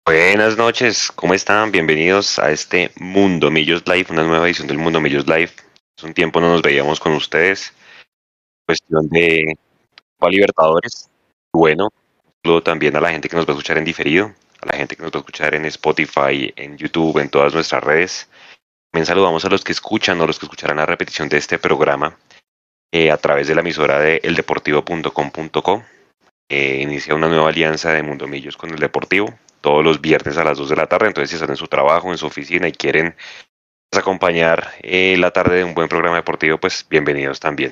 Buenas noches, ¿cómo están? Bienvenidos a este Mundo Millos Live, una nueva edición del Mundo Millos Live. Hace un tiempo no nos veíamos con ustedes, cuestión de Copa Libertadores. Bueno, saludo también a la gente que nos va a escuchar en diferido, a la gente que nos va a escuchar en Spotify, en YouTube, en todas nuestras redes. También saludamos a los que escuchan o los que escucharán la repetición de este programa a través de la emisora de eldeportivo.com.co. Inicia una nueva alianza de Mundo Millos con el Deportivo todos los viernes a las 2 de la tarde. Entonces, si están en su trabajo, en su oficina y quieren acompañar la tarde de un buen programa deportivo, pues bienvenidos también.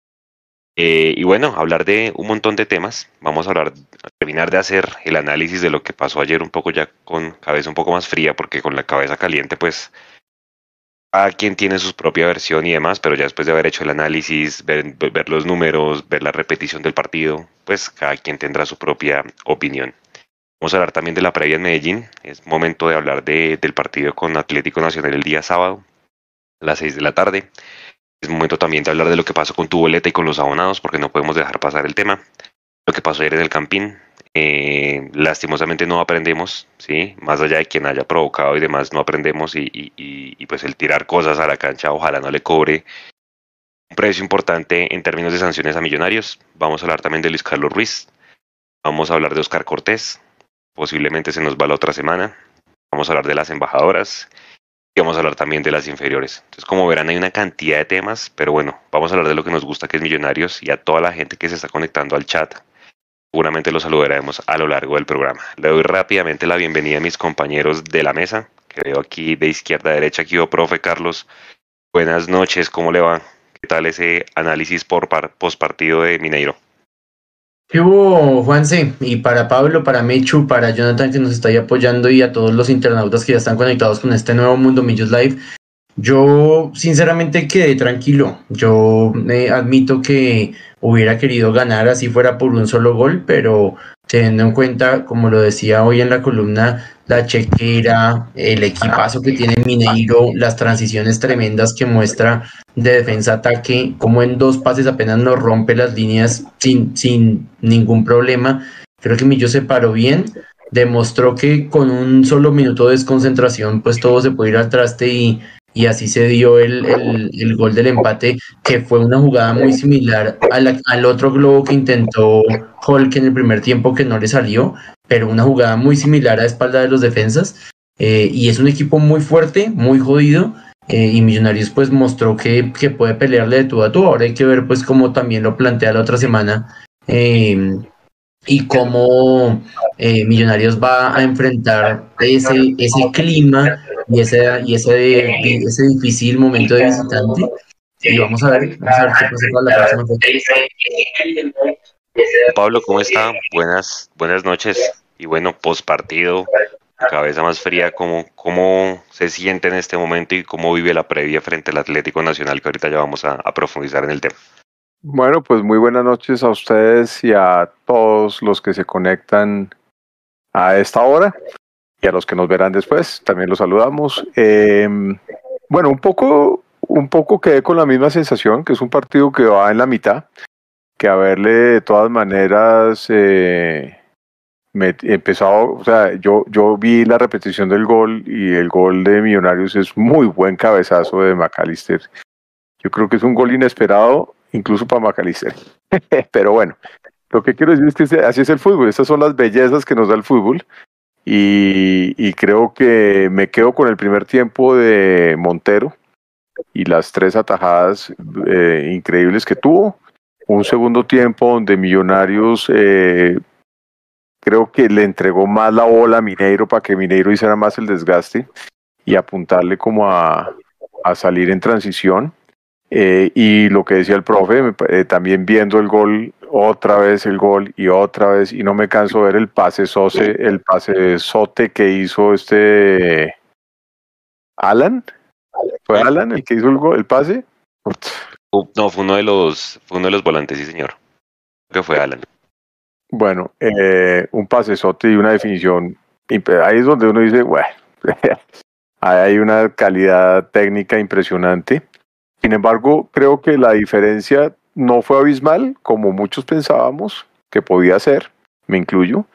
Y bueno, hablar de un montón de temas. Vamos a terminar de hacer el análisis de lo que pasó ayer un poco ya con cabeza un poco más fría, porque con la cabeza caliente, pues cada quien tiene su propia versión y demás, pero ya después de haber hecho el análisis, ver los números, ver la repetición del partido, pues cada quien tendrá su propia opinión. Vamos a hablar también de la previa en Medellín. Es momento de hablar del partido con Atlético Nacional el día sábado a las 6 de la tarde. Es momento también de hablar de lo que pasó con tu boleta y con los abonados, porque no podemos dejar pasar el tema. Lo que pasó ayer en el Campín. Lastimosamente no aprendemos, ¿sí? Más allá de quien haya provocado y demás, no aprendemos y pues el tirar cosas a la cancha ojalá no le cobre un precio importante en términos de sanciones a Millonarios. Vamos a hablar también de Luis Carlos Ruiz. Vamos a hablar de Oscar Cortés. Posiblemente se nos va la otra semana. Vamos a hablar de las embajadoras y vamos a hablar también de las inferiores. Entonces, como verán, hay una cantidad de temas, pero bueno, vamos a hablar de lo que nos gusta, que es Millonarios, y a toda la gente que se está conectando al chat. Seguramente los saludaremos a lo largo del programa. Le doy rápidamente la bienvenida a mis compañeros de la mesa, que veo aquí de izquierda a derecha. Aquí, profe Carlos. Buenas noches, ¿cómo le va? ¿Qué tal ese análisis post partido de Mineiro? ¿Qué hubo, Juanse? Y para Pablo, para Mechu, para Jonathan que nos está ahí apoyando y a todos los internautas que ya están conectados con este nuevo Mundo Millos Live. Yo sinceramente quedé tranquilo. Yo admito que hubiera querido ganar así fuera por un solo gol, pero teniendo en cuenta, como lo decía hoy en la columna, la chequera, el equipazo que tiene Mineiro, las transiciones tremendas que muestra de defensa-ataque, como en dos pases apenas nos rompe las líneas sin ningún problema. Creo que Millo se paró bien, demostró que con un solo minuto de desconcentración pues todo se puede ir al traste y así se dio el gol del empate, que fue una jugada muy similar al otro globo que intentó Hulk en el primer tiempo que no le salió, pero una jugada muy similar a espalda de los defensas. Y es un equipo muy fuerte, muy jodido. Y Millonarios pues mostró que puede pelearle de tú a tú. Ahora hay que ver pues cómo también lo plantea la otra semana. Y cómo Millonarios va a enfrentar ese clima ese difícil momento de visitante. Y vamos a ver qué pasa para la próxima fecha. Pablo, ¿cómo está? Buenas noches. Y bueno, post partido, cabeza más fría, ¿cómo se siente en este momento y cómo vive la previa frente al Atlético Nacional, que ahorita ya vamos a profundizar en el tema? Bueno, pues muy buenas noches a ustedes y a todos los que se conectan a esta hora y a los que nos verán después. También los saludamos. Bueno, un poco quedé con la misma sensación, que es un partido que va en la mitad, que haberle de todas maneras empezado, o sea, yo vi la repetición del gol y el gol de Millonarios es muy buen cabezazo de McAllister. Yo creo que es un gol inesperado, incluso para McAllister. Pero bueno, lo que quiero decir es que así es el fútbol. Estas son las bellezas que nos da el fútbol. Y creo que me quedo con el primer tiempo de Montero y las tres atajadas increíbles que tuvo. Un segundo tiempo donde Millonarios creo que le entregó más la bola a Mineiro para que Mineiro hiciera más el desgaste y apuntarle como a salir en transición. Y lo que decía el profe, también viendo el gol, otra vez el gol y otra vez, y no me canso de ver el pase sote que hizo Alan. ¿Fue Alan el que hizo el pase? No, fue uno de los volantes, sí señor. Creo que fue Alan. Bueno, un pasesote y una definición. Ahí es donde uno dice, bueno, hay una calidad técnica impresionante. Sin embargo, creo que la diferencia no fue abismal, como muchos pensábamos que podía ser, me incluyo.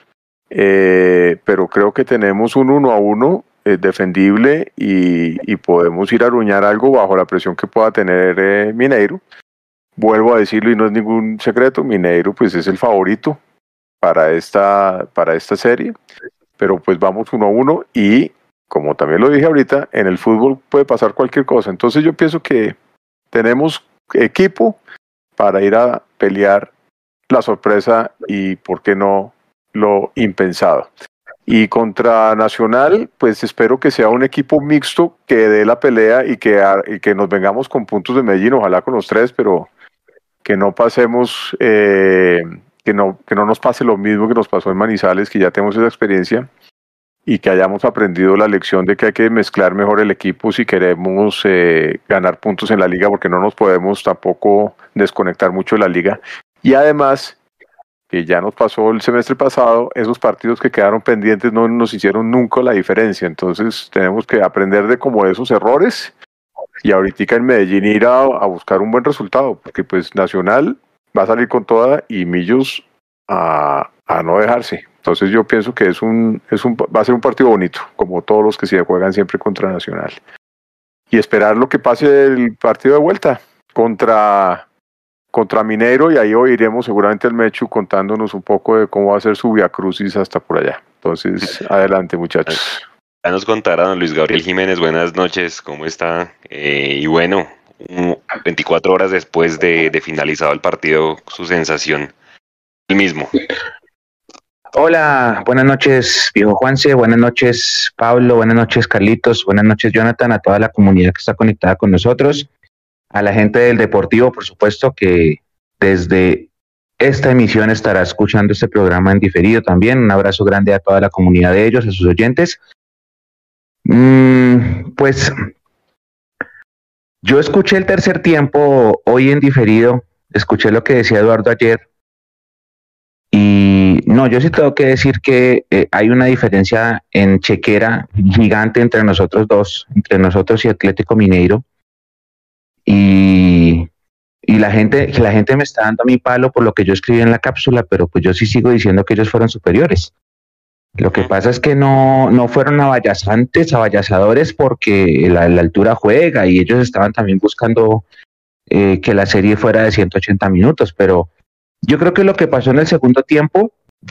pero creo que tenemos un 1-1 defendible y podemos ir a aruñar algo bajo la presión que pueda tener Mineiro. Vuelvo a decirlo y no es ningún secreto, Mineiro pues es el favorito para esta serie, pero pues vamos 1-1 y como también lo dije ahorita, en el fútbol puede pasar cualquier cosa, entonces yo pienso que tenemos equipo para ir a pelear la sorpresa y por qué no lo impensado. Y contra Nacional, pues espero que sea un equipo mixto que dé la pelea y que nos vengamos con puntos de Medellín, ojalá con los 3, pero que no pasemos, que no nos pase lo mismo que nos pasó en Manizales, que ya tenemos esa experiencia y que hayamos aprendido la lección de que hay que mezclar mejor el equipo si queremos ganar puntos en la liga, porque no nos podemos tampoco desconectar mucho de la liga. Y además, que ya nos pasó el semestre pasado, esos partidos que quedaron pendientes no nos hicieron nunca la diferencia, entonces tenemos que aprender de como esos errores y ahorita en Medellín ir a buscar un buen resultado, porque pues Nacional va a salir con toda y Millos a no dejarse. Entonces yo pienso que va a ser un partido bonito, como todos los que se juegan siempre contra Nacional. Y esperar lo que pase el partido de vuelta contra Mineiro, y ahí oiremos seguramente el Mechu contándonos un poco de cómo va a ser su viacrucis hasta por allá. Entonces, adelante muchachos. Ya nos contará don Luis Gabriel Jiménez, buenas noches, ¿cómo está? Y bueno, 24 horas después de finalizado el partido, su sensación, el mismo. Hola, buenas noches, viejo Juanse, buenas noches, Pablo, buenas noches, Carlitos, buenas noches, Jonathan, a toda la comunidad que está conectada con nosotros, a la gente del Deportivo, por supuesto, que desde esta emisión estará escuchando este programa en diferido también. Un abrazo grande a toda la comunidad de ellos, a sus oyentes. Pues yo escuché el tercer tiempo hoy en diferido, escuché lo que decía Eduardo ayer y no, yo sí tengo que decir que hay una diferencia en chequera gigante entre nosotros dos, entre nosotros y Atlético Mineiro, y la gente me está dando a mi palo por lo que yo escribí en la cápsula, pero pues yo sí sigo diciendo que ellos fueron superiores. Lo que pasa es que no fueron avallazadores porque la altura juega y ellos estaban también buscando que la serie fuera de 180 minutos, pero yo creo que lo que pasó en el segundo tiempo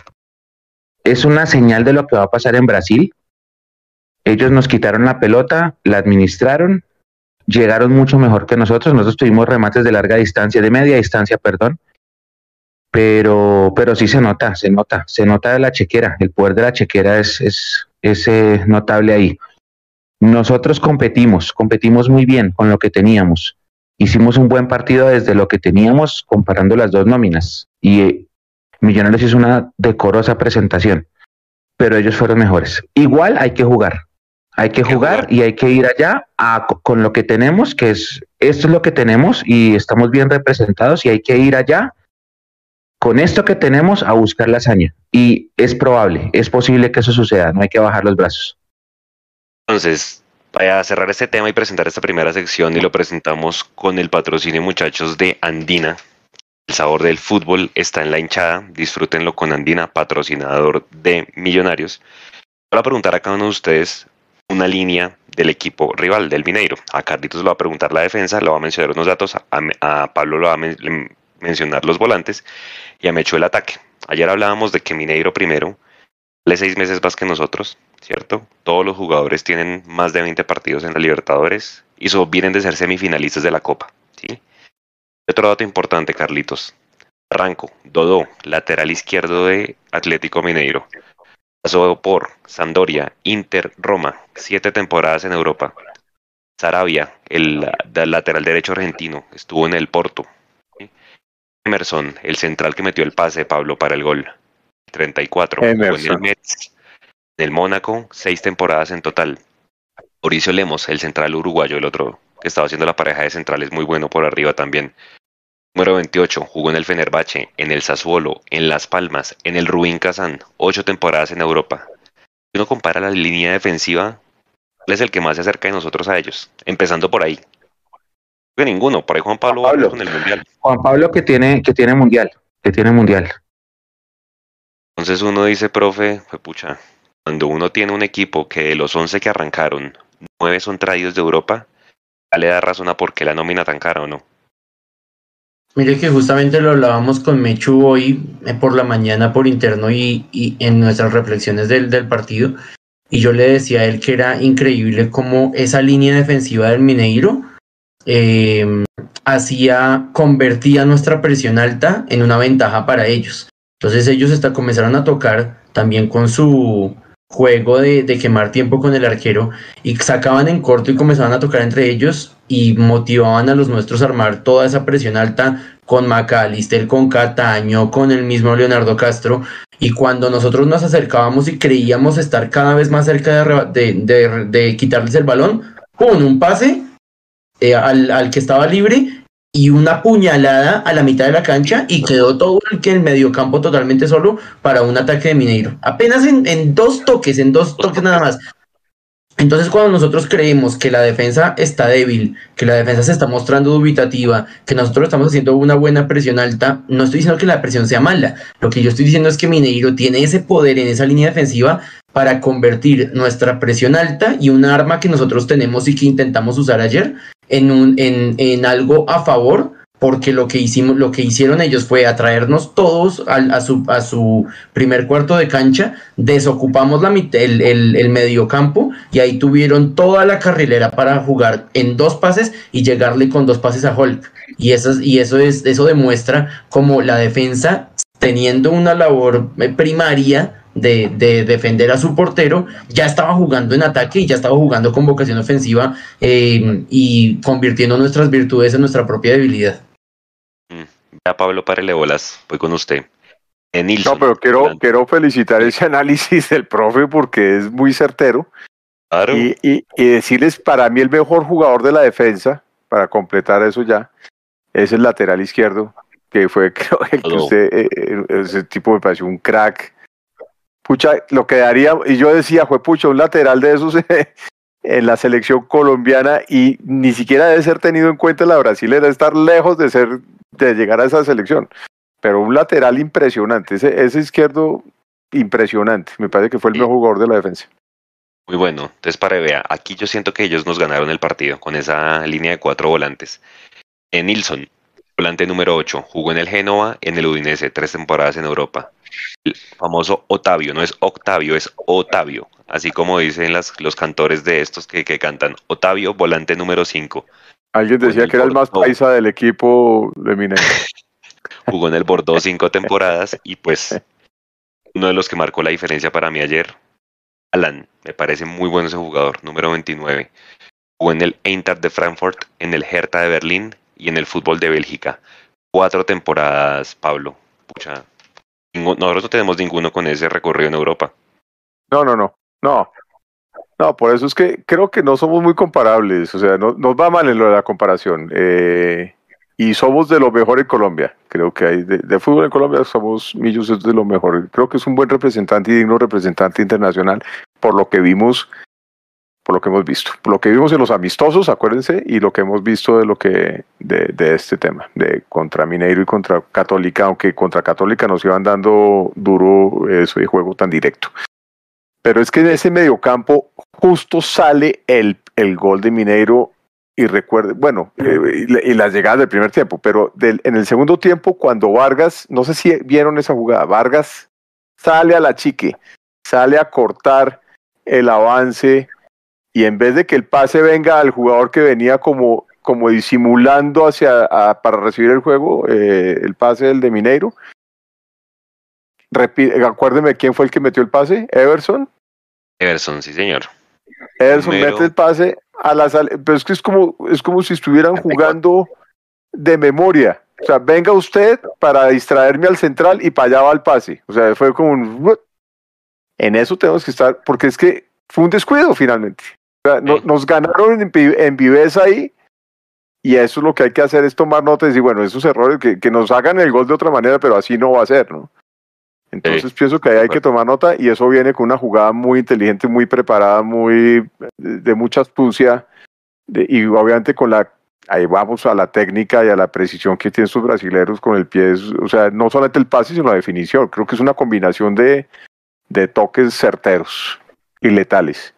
es una señal de lo que va a pasar en Brasil. Ellos nos quitaron la pelota, la administraron, llegaron mucho mejor que nosotros tuvimos remates de larga distancia, de media distancia, perdón, pero sí se nota de la chequera, el poder de la chequera es notable ahí. Nosotros competimos muy bien con lo que teníamos, hicimos un buen partido desde lo que teníamos comparando las dos nóminas y Millonarios hizo una decorosa presentación, pero ellos fueron mejores. Igual hay que jugar y hay que ir allá con lo que tenemos, que esto es lo que tenemos y estamos bien representados y hay que ir allá con esto que tenemos a buscar la hazaña. Y es posible que eso suceda, no hay que bajar los brazos. Entonces, para cerrar este tema y presentar esta primera sección, y lo presentamos con el patrocinio, muchachos, de Andina. El sabor del fútbol está en la hinchada, disfrútenlo con Andina, patrocinador de Millonarios. Voy a preguntar a cada uno de ustedes una línea del equipo rival, del Mineiro. A Carlitos le va a preguntar la defensa, le va a mencionar unos datos, a Pablo le va a mencionar los volantes y a Mecho el ataque. Ayer hablábamos de que Mineiro primero le 6 meses más que nosotros, ¿cierto? Todos los jugadores tienen más de 20 partidos en la Libertadores y vienen de ser semifinalistas de la Copa, ¿sí? Otro dato importante, Carlitos. Ranco, Dodó, lateral izquierdo de Atlético Mineiro. Pasó por Sampdoria, Inter, Roma, 7 temporadas en Europa. Sarabia, el lateral derecho argentino, estuvo en el Porto. ¿Sí? Emerson, el central que metió el pase, Pablo, para el gol. 34. Fue en el Metz, en el Mónaco, 6 temporadas en total. Mauricio Lemos, el central uruguayo, el otro que estaba haciendo la pareja de centrales, muy bueno por arriba también. Número 28, jugó en el Fenerbahce, en el Sassuolo, en Las Palmas, en el Rubin Kazán, 8 temporadas en Europa. Si uno compara la línea defensiva, ¿cuál es el que más se acerca de nosotros a ellos? Empezando por ahí. Que ninguno, por ahí Juan Pablo con el Mundial. Juan Pablo que tiene mundial. Entonces uno dice, profe, pucha, cuando uno tiene un equipo que de los 11 que arrancaron, 9 son traídos de Europa, ya le da razón a por qué la nómina tan cara o no. Mire que justamente lo hablábamos con Mechu hoy por la mañana por interno y en nuestras reflexiones del partido. Y yo le decía a él que era increíble cómo esa línea defensiva del Mineiro convertía nuestra presión alta en una ventaja para ellos. Entonces ellos comenzaron a tocar también con su juego de quemar tiempo con el arquero y sacaban en corto y comenzaban a tocar entre ellos y motivaban a los nuestros a armar toda esa presión alta con McAllister, con Cataño, con el mismo Leonardo Castro. Y cuando nosotros nos acercábamos y creíamos estar cada vez más cerca de quitarles el balón, ¡pum! Un pase al que estaba libre y una puñalada a la mitad de la cancha y quedó todo el mediocampo totalmente solo para un ataque de Mineiro. Apenas en dos toques nada más. Entonces cuando nosotros creemos que la defensa está débil, que la defensa se está mostrando dubitativa, que nosotros estamos haciendo una buena presión alta, no estoy diciendo que la presión sea mala, lo que yo estoy diciendo es que Mineiro tiene ese poder en esa línea defensiva para convertir nuestra presión alta y un arma que nosotros tenemos y que intentamos usar ayer en algo a favor, porque lo que hicieron ellos fue atraernos todos a su primer cuarto de cancha, desocupamos el mediocampo y ahí tuvieron toda la carrilera para jugar en 2 pases y llegarle con 2 pases a Hulk. Y eso demuestra como la defensa, teniendo una labor primaria de defender a su portero, ya estaba jugando en ataque y ya estaba jugando con vocación ofensiva y convirtiendo nuestras virtudes en nuestra propia debilidad. Ya Pablo, párele bolas, voy con usted. Nilsson, no, pero quiero felicitar ese análisis del profe porque es muy certero. Claro. Y decirles, para mí el mejor jugador de la defensa, para completar eso ya, es el lateral izquierdo, que fue creo el que usted, ese tipo me pareció un crack. Pucha, lo que daría, y yo decía, pucha, un lateral de esos en la selección colombiana y ni siquiera debe ser tenido en cuenta la brasilera, estar lejos de llegar a esa selección. Pero un lateral impresionante, ese izquierdo impresionante, me parece que fue el mejor jugador de la defensa. Muy bueno, entonces para vea, aquí yo siento que ellos nos ganaron el partido con esa línea de 4 volantes. Nilsson, volante número 8, jugó en el Génova, en el Udinese, 3 temporadas en Europa. El famoso Otavio, no es Octavio, es Otavio, así como dicen los cantores de estos que cantan. Otavio, volante número 5. Alguien decía que era el más paisa del equipo de Mineiro. Jugó en el Bordeaux 5 temporadas y pues uno de los que marcó la diferencia para mí ayer, Alan, me parece muy bueno ese jugador, número 29. Jugó en el Eintracht de Frankfurt, en el Hertha de Berlín y en el fútbol de Bélgica. 4 temporadas, Pablo. Pucha, nosotros no tenemos ninguno con ese recorrido en Europa. No, por eso es que creo que no somos muy comparables, o sea, nos va mal en lo de la comparación. Y somos de lo mejor en Colombia. Creo que hay de fútbol en Colombia Millos es de lo mejor. Creo que es un buen representante y digno representante internacional por lo que vimos, por lo que hemos visto. Por lo que vimos en los amistosos, acuérdense, y lo que hemos visto de este tema, de contra Mineiro y contra Católica, aunque contra Católica nos iban dando duro ese juego tan directo. Pero es que en ese mediocampo justo sale el gol de Mineiro. Y recuerde, bueno, y las llegadas del primer tiempo, pero en el segundo tiempo, cuando Vargas, no sé si vieron esa jugada, Vargas sale a la chique, sale a cortar el avance, y en vez de que el pase venga al jugador que venía como disimulando para recibir el juego, el pase del de Mineiro, acuérdeme quién fue el que metió el pase, Everson, sí señor. Everson mete el pase a la sala, pero es que es como si estuvieran jugando de memoria. O sea, venga usted para distraerme al central y para allá va el pase. O sea, fue como en eso tenemos que estar, porque es que fue un descuido finalmente. O sea, nos ganaron en viveza ahí, y eso es lo que hay que hacer, es tomar nota y decir, bueno, esos errores, que nos hagan el gol de otra manera, pero así no va a ser, ¿no? Entonces pienso que ahí hay que tomar nota, y eso viene con una jugada muy inteligente, muy preparada, de mucha astucia, y obviamente con la ahí vamos a la técnica y a la precisión que tienen sus brasileros con el pie, o sea, no solamente el pase, sino la definición. Creo que es una combinación de toques certeros y letales.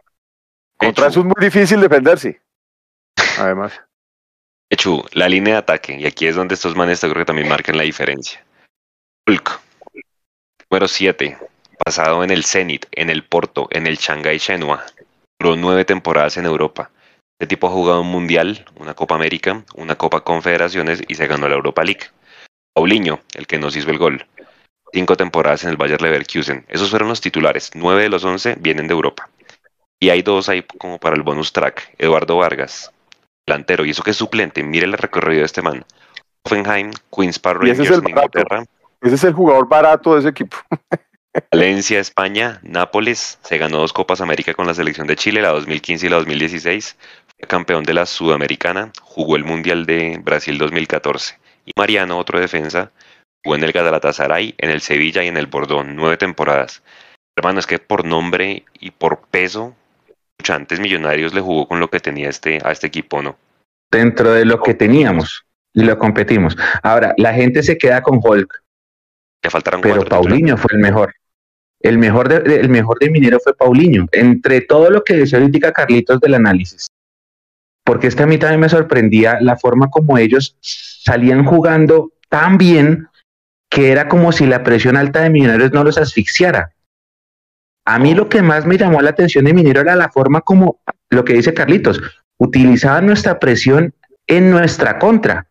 Contra eso es muy difícil defenderse, además. Echu, la línea de ataque, y aquí es donde estos manes creo que también marcan la diferencia. Hulk, número 7, pasado en el Zenit, en el Porto, en el Shanghai Shenhua, duró 9 temporadas en Europa. Este tipo ha jugado un Mundial, una Copa América, una Copa Confederaciones y se ganó la Europa League. Paulinho, el que nos hizo el gol, 5 temporadas en el Bayer Leverkusen. Esos fueron los titulares, 9 de los 11 vienen de Europa. Y hay 2 ahí como para el bonus track. Eduardo Vargas, delantero, y eso que es suplente, mire el recorrido de este man. Hoffenheim, Queens Park Rangers en Inglaterra. Ese es el jugador barato de ese equipo. Valencia, España, Nápoles, se ganó 2 Copas América con la selección de Chile, la 2015 y la 2016. Fue campeón de la Sudamericana, jugó el Mundial de Brasil 2014. Y Mariano, otro defensa, jugó en el Galatasaray, en el Sevilla y en el Bordeaux, 9 temporadas. Hermano, es que por nombre y por peso, mucho antes Millonarios le jugó con lo que tenía a este equipo, ¿no? Dentro de lo que teníamos y lo competimos. Ahora, la gente se queda con Hulk, Le faltaron pero 4 Paulinho fue el mejor. El mejor de Minero fue Paulinho, entre todo lo que decía ahorita Carlitos del análisis. Porque es que a mí también me sorprendía la forma como ellos salían jugando tan bien que era como si la presión alta de Millonarios no los asfixiara. A mí lo que más me llamó la atención de Minero era la forma como, lo que dice Carlitos, utilizaban nuestra presión en nuestra contra.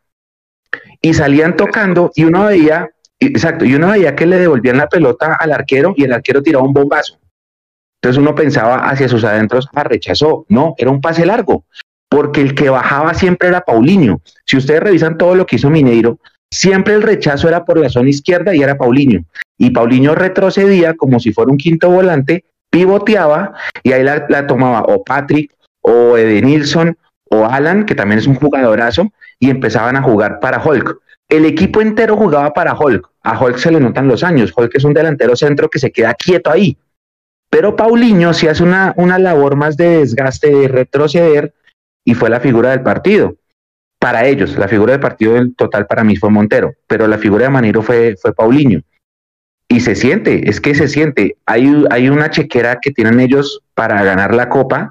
Y salían tocando y uno veía, exacto, y uno veía que le devolvían la pelota al arquero y el arquero tiraba un bombazo. Entonces uno pensaba hacia sus adentros, rechazó. No, era un pase largo, porque el que bajaba siempre era Paulinho. Si ustedes revisan todo lo que hizo Mineiro, siempre el rechazo era por la zona izquierda y era Paulinho. Y Paulinho retrocedía como si fuera un quinto volante, pivoteaba y ahí la tomaba o Patrick o Edenilson o Alan, que también es un jugadorazo, y empezaban a jugar para Hulk. El equipo entero jugaba para Hulk. A Hulk se le notan los años. Hulk es un delantero centro que se queda quieto ahí. Pero Paulinho sí hace una labor más de desgaste, de retroceder, y fue la figura del partido. Para ellos, la figura del partido del total para mí fue Montero, pero la figura de Maniro fue Paulinho. Y se siente, es que se siente. Hay una chequera que tienen ellos para ganar la Copa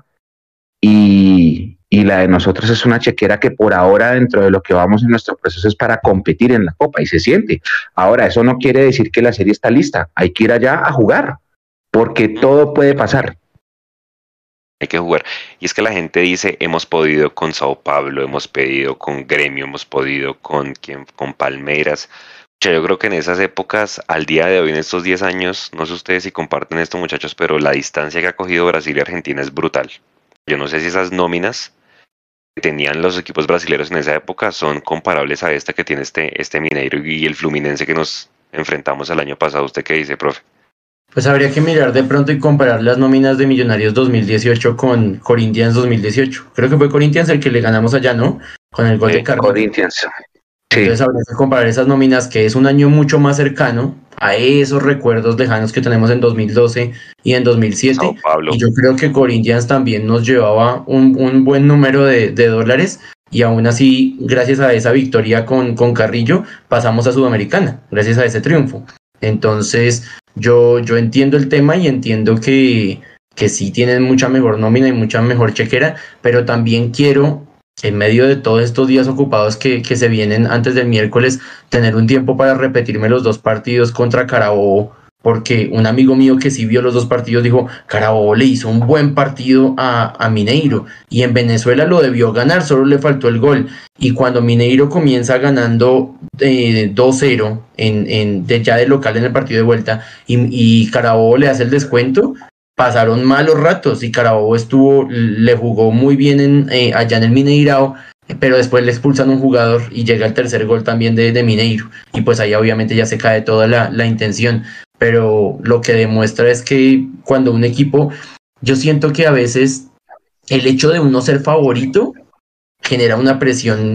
y la de nosotros es una chequera que por ahora dentro de lo que vamos en nuestro proceso es para competir en la Copa y se siente. Ahora, eso no quiere decir que la serie está lista. Hay que ir allá a jugar porque todo puede pasar. Hay que jugar. Y es que la gente dice, hemos podido con Sao Paulo, hemos podido con Gremio, hemos podido con Palmeiras. Yo creo que en esas épocas, al día de hoy, en estos 10 años, no sé ustedes si comparten esto, muchachos, pero la distancia que ha cogido Brasil y Argentina es brutal. Yo no sé si esas nóminas que tenían los equipos brasileños en esa época son comparables a esta que tiene este Mineiro y el Fluminense que nos enfrentamos el año pasado. ¿Usted qué dice, profe? Pues habría que mirar de pronto y comparar las nóminas de Millonarios 2018 con Corinthians 2018. Creo que fue Corinthians el que le ganamos allá, ¿no? Con el gol de Carrillo. Corinthians. Sí. Entonces habría que comparar esas nóminas, que es un año mucho más cercano a esos recuerdos lejanos que tenemos en 2012 y en 2007. Sao Paulo. Y yo creo que Corinthians también nos llevaba un buen número de dólares y aún así, gracias a esa victoria con Carrillo, pasamos a Sudamericana, gracias a ese triunfo. Entonces, yo entiendo el tema y entiendo que sí tienen mucha mejor nómina y mucha mejor chequera, pero también quiero, en medio de todos estos días ocupados que se vienen antes del miércoles, tener un tiempo para repetirme los 2 partidos contra Carabobo, porque un amigo mío que sí vio los 2 partidos dijo, Carabobo le hizo un buen partido a Mineiro, y en Venezuela lo debió ganar, solo le faltó el gol, y cuando Mineiro comienza ganando 2-0 ya de local en el partido de vuelta, y Carabobo le hace el descuento, pasaron malos ratos y Carabobo le jugó muy bien allá en el Mineirao, pero después le expulsan un jugador y llega el tercer gol también de Mineiro, y pues ahí obviamente ya se cae toda la intención, pero lo que demuestra es que cuando un equipo, yo siento que a veces el hecho de uno ser favorito genera una presión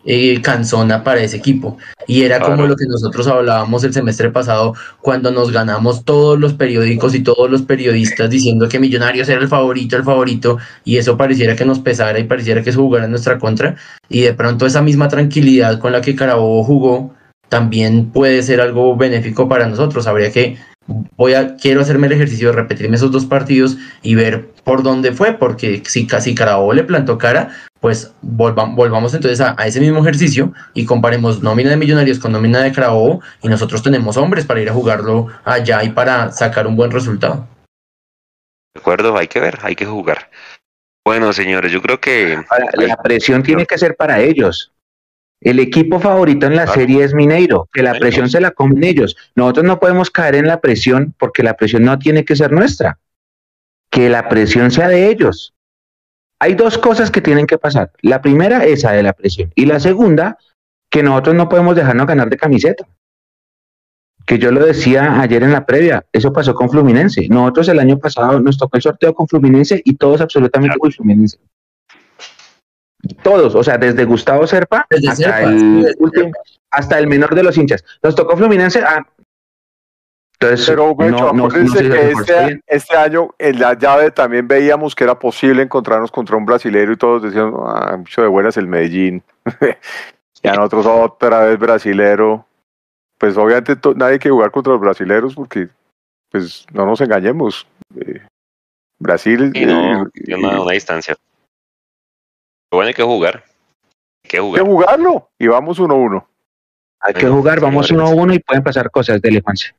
cansona para ese equipo. Y era como lo que nosotros hablábamos el semestre pasado, cuando nos ganamos todos los periódicos y todos los periodistas diciendo que Millonarios era el favorito, y eso pareciera que nos pesara y pareciera que eso jugara en nuestra contra. Y de pronto esa misma tranquilidad con la que Carabobo jugó también puede ser algo benéfico para nosotros. Habría que quiero hacerme el ejercicio de repetirme esos 2 partidos y ver por dónde fue, porque si casi Carabobo le plantó cara, pues volvamos entonces a ese mismo ejercicio y comparemos nómina de Millonarios con nómina de Carabobo, y nosotros tenemos hombres para ir a jugarlo allá y para sacar un buen resultado. De acuerdo, hay que ver, hay que jugar. Bueno, señores, yo creo que la presión tiene que ser para ellos. El equipo favorito en la serie es Mineiro, que la presión se la comen ellos. Nosotros no podemos caer en la presión, porque la presión no tiene que ser nuestra. Que la presión sea de ellos. Hay 2 cosas que tienen que pasar. La primera, esa de la presión. Y la segunda, que nosotros no podemos dejarnos ganar de camiseta. Que yo lo decía ayer en la previa, eso pasó con Fluminense. Nosotros el año pasado nos tocó el sorteo con Fluminense y todos absolutamente con Fluminense. Todos, o sea, desde Gustavo Serpa hasta el menor de los hinchas. Nos tocó Fluminense. Entonces, pero acuérdense que este año en la llave también veíamos que era posible encontrarnos contra un brasilero y todos decían, mucho de buenas el Medellín. Y a nosotros otra vez brasilero. Pues obviamente nadie quiere jugar contra los brasileros porque, pues, no nos engañemos. Brasil... una distancia. Bueno, hay que jugar. Hay que jugarlo. Y vamos 1-1. Hay que jugar, vamos 1-1 y pueden pasar cosas de elegancia.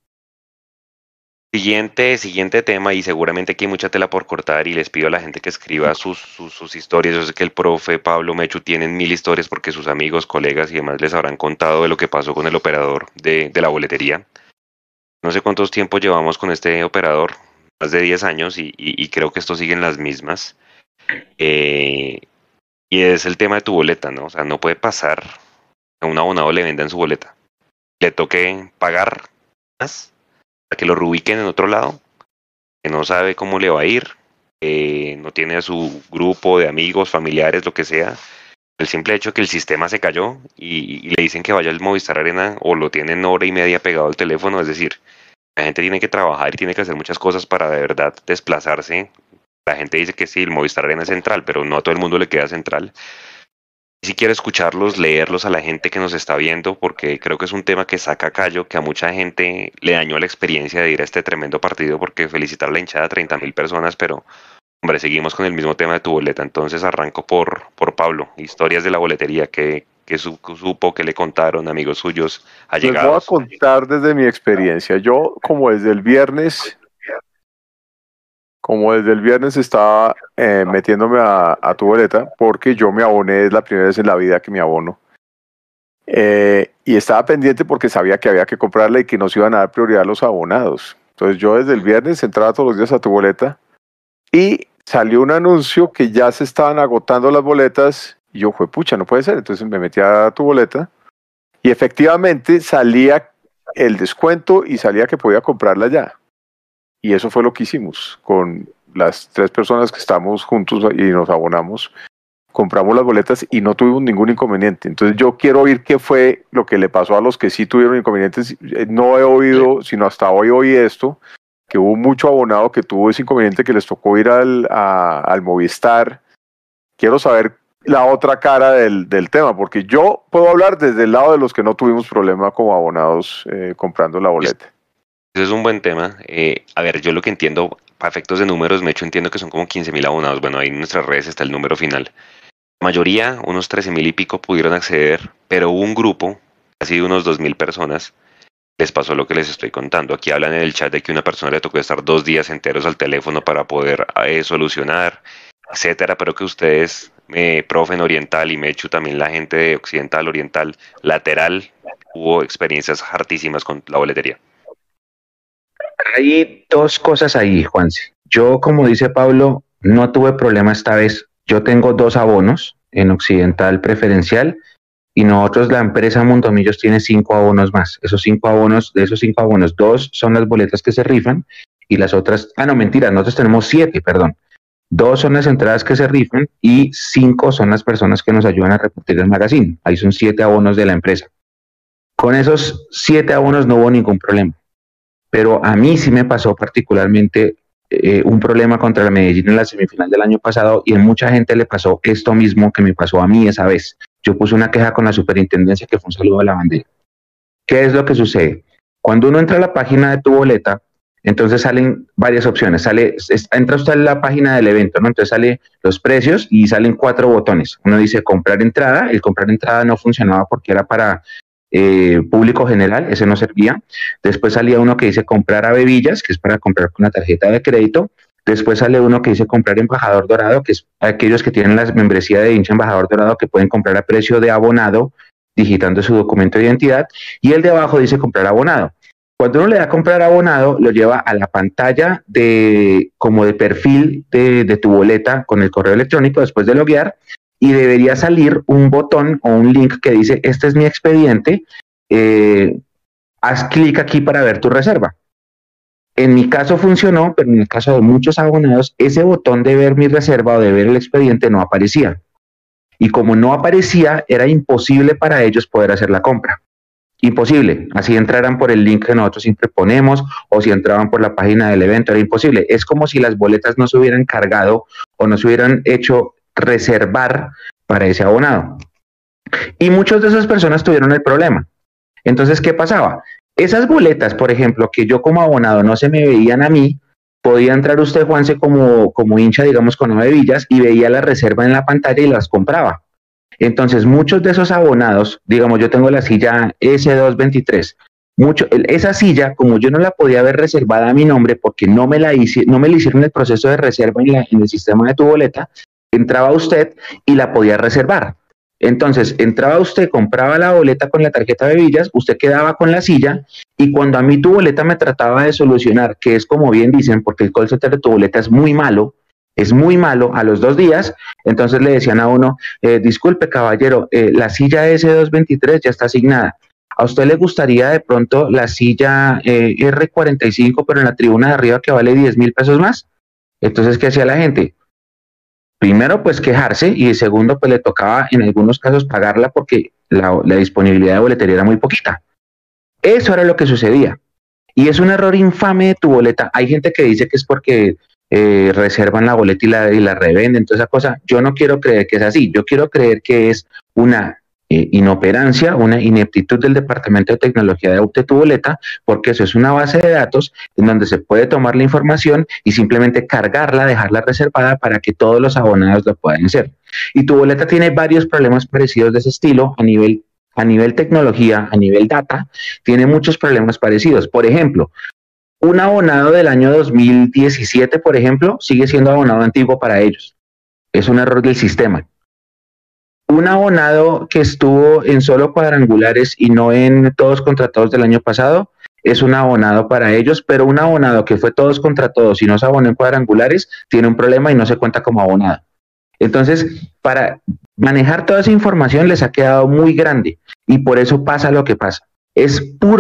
Siguiente tema, y seguramente aquí hay mucha tela por cortar, y les pido a la gente que escriba sus historias. Yo sé que el profe Pablo, Mechu tienen 1000 historias porque sus amigos, colegas y demás les habrán contado de lo que pasó con el operador de la boletería. No sé cuántos tiempos llevamos con este operador, más de 10 años, y creo que esto sigue en las mismas. Y es el tema de tu boleta, ¿no? O sea, no puede pasar que a un abonado le vendan su boleta, le toque pagar más para que lo reubiquen en otro lado, que no sabe cómo le va a ir, no tiene a su grupo de amigos, familiares, lo que sea. El simple hecho de que el sistema se cayó y le dicen que vaya al Movistar Arena, o lo tienen hora y media pegado al teléfono, es decir, la gente tiene que trabajar y tiene que hacer muchas cosas para de verdad desplazarse. La gente dice que sí, el Movistar Arena es central, pero no a todo el mundo le queda central. Si quiero escucharlos, leerlos a la gente que nos está viendo, porque creo que es un tema que saca callo, que a mucha gente le dañó la experiencia de ir a este tremendo partido, porque felicitar a la hinchada, 30.000 personas, pero hombre, seguimos con el mismo tema de tu boleta. Entonces arranco por Pablo, historias de la boletería, que supo, que le contaron amigos suyos allegados. Les voy a contar desde mi experiencia. Yo, como desde el viernes estaba metiéndome a tu boleta, porque yo me aboné, es la primera vez en la vida que me abono. Y estaba pendiente porque sabía que había que comprarla y que nos iban a dar prioridad a los abonados. Entonces yo desde el viernes entraba todos los días a tu boleta y salió un anuncio que ya se estaban agotando las boletas y yo, pucha, no puede ser. Entonces me metí a tu boleta y efectivamente salía el descuento y salía que podía comprarla ya. Y eso fue lo que hicimos con las 3 personas que estamos juntos y nos abonamos. Compramos las boletas y no tuvimos ningún inconveniente. Entonces yo quiero oír qué fue lo que le pasó a los que sí tuvieron inconvenientes. No he oído, sino hasta hoy oí esto, que hubo mucho abonado que tuvo ese inconveniente, que les tocó ir al Movistar. Quiero saber la otra cara del tema, porque yo puedo hablar desde el lado de los que no tuvimos problema como abonados comprando la boleta. Ese es un buen tema. A ver, yo lo que entiendo, para efectos de números, me entiendo que son como 15.000 abonados. Bueno, ahí en nuestras redes está el número final. La mayoría, unos 13.000 y pico, pudieron acceder, pero hubo un grupo, casi de unos 2.000 personas, les pasó lo que les estoy contando. Aquí hablan en el chat de que una persona le tocó estar 2 días enteros al teléfono para poder solucionar, etcétera, pero que ustedes, profe en Oriental y Mechu, también la gente de Occidental, Oriental, Lateral, hubo experiencias hartísimas con la boletería. Hay 2 cosas ahí, Juanse. Yo, como dice Pablo, no tuve problema esta vez. Yo tengo 2 abonos en Occidental preferencial y nosotros, la empresa Mundomillos, tiene 5 abonos más. De esos 5 abonos, 2 son las boletas que se rifan y las otras, no, mentira, nosotros tenemos 7, perdón. 2 son las entradas que se rifan y 5 son las personas que nos ayudan a repartir el magazine. Ahí son 7 abonos de la empresa. Con esos 7 abonos no hubo ningún problema. Pero a mí sí me pasó particularmente un problema contra el Medellín en la semifinal del año pasado, y a mucha gente le pasó esto mismo que me pasó a mí esa vez. Yo puse una queja con la superintendencia que fue un saludo a la bandera. ¿Qué es lo que sucede? Cuando uno entra a la página de tu boleta, entonces salen varias opciones. Entra usted a la página del evento, ¿no? Entonces salen los precios y salen 4 botones. Uno dice comprar entrada. El comprar entrada no funcionaba porque era para público general, ese no servía. Después salía uno que dice comprar a Bebillas, que es para comprar con la tarjeta de crédito. Después sale uno que dice comprar embajador dorado, que es aquellos que tienen la membresía de hincha embajador dorado, que pueden comprar a precio de abonado, digitando su documento de identidad. Y el de abajo dice comprar abonado. Cuando uno le da a comprar abonado, lo lleva a la pantalla como de perfil de tu boleta con el correo electrónico después de loguear, y debería salir un botón o un link que dice, este es mi expediente, haz clic aquí para ver tu reserva. En mi caso funcionó, pero en el caso de muchos abonados, ese botón de ver mi reserva o de ver el expediente no aparecía. Y como no aparecía, era imposible para ellos poder hacer la compra. Imposible. Así entraran por el link que nosotros siempre ponemos, o si entraban por la página del evento, era imposible. Es como si las boletas no se hubieran cargado o no se hubieran hecho reservar para ese abonado. Y muchas de esas personas tuvieron el problema. Entonces, ¿qué pasaba? Esas boletas, por ejemplo, que yo como abonado no se me veían a mí, podía entrar usted, Juanse, como hincha, digamos, con Bebillas, y veía la reserva en la pantalla y las compraba. Entonces, muchos de esos abonados, digamos, yo tengo la silla S223, esa silla, como yo no la podía ver reservada a mi nombre porque no me la hicieron el proceso de reserva en el sistema de tu boleta, entraba usted y la podía reservar. Entonces, entraba usted, compraba la boleta con la tarjeta de Bebillas, usted quedaba con la silla, y cuando a mí tu boleta me trataba de solucionar, que es como bien dicen, porque el call center de tu boleta es muy malo, a los 2 días, entonces le decían a uno, disculpe caballero, la silla S223 ya está asignada. ¿A usted le gustaría de pronto la silla R45, pero en la tribuna de arriba, que vale 10,000 pesos más? Entonces, ¿qué hacía la gente? Primero, pues quejarse, y segundo, pues le tocaba en algunos casos pagarla porque la disponibilidad de boletería era muy poquita. Eso era lo que sucedía. Y es un error infame de tu boleta. Hay gente que dice que es porque reservan la boleta y la revenden, toda esa cosa. Yo no quiero creer que es así. Yo quiero creer que es una inoperancia, una ineptitud del departamento de tecnología de tu boleta, porque eso es una base de datos en donde se puede tomar la información y simplemente cargarla, dejarla reservada para que todos los abonados lo puedan hacer. Y tu boleta tiene varios problemas parecidos de ese estilo a nivel tecnología, a nivel data, tiene muchos problemas parecidos. Por ejemplo, un abonado del año 2017, por ejemplo, sigue siendo abonado antiguo para ellos. Es un error del sistema. Un abonado que estuvo en solo cuadrangulares y no en todos contra todos del año pasado, es un abonado para ellos, pero un abonado que fue todos contra todos y no se abonó en cuadrangulares, tiene un problema y no se cuenta como abonado. Entonces, para manejar toda esa información les ha quedado muy grande, y por eso pasa lo que pasa. Es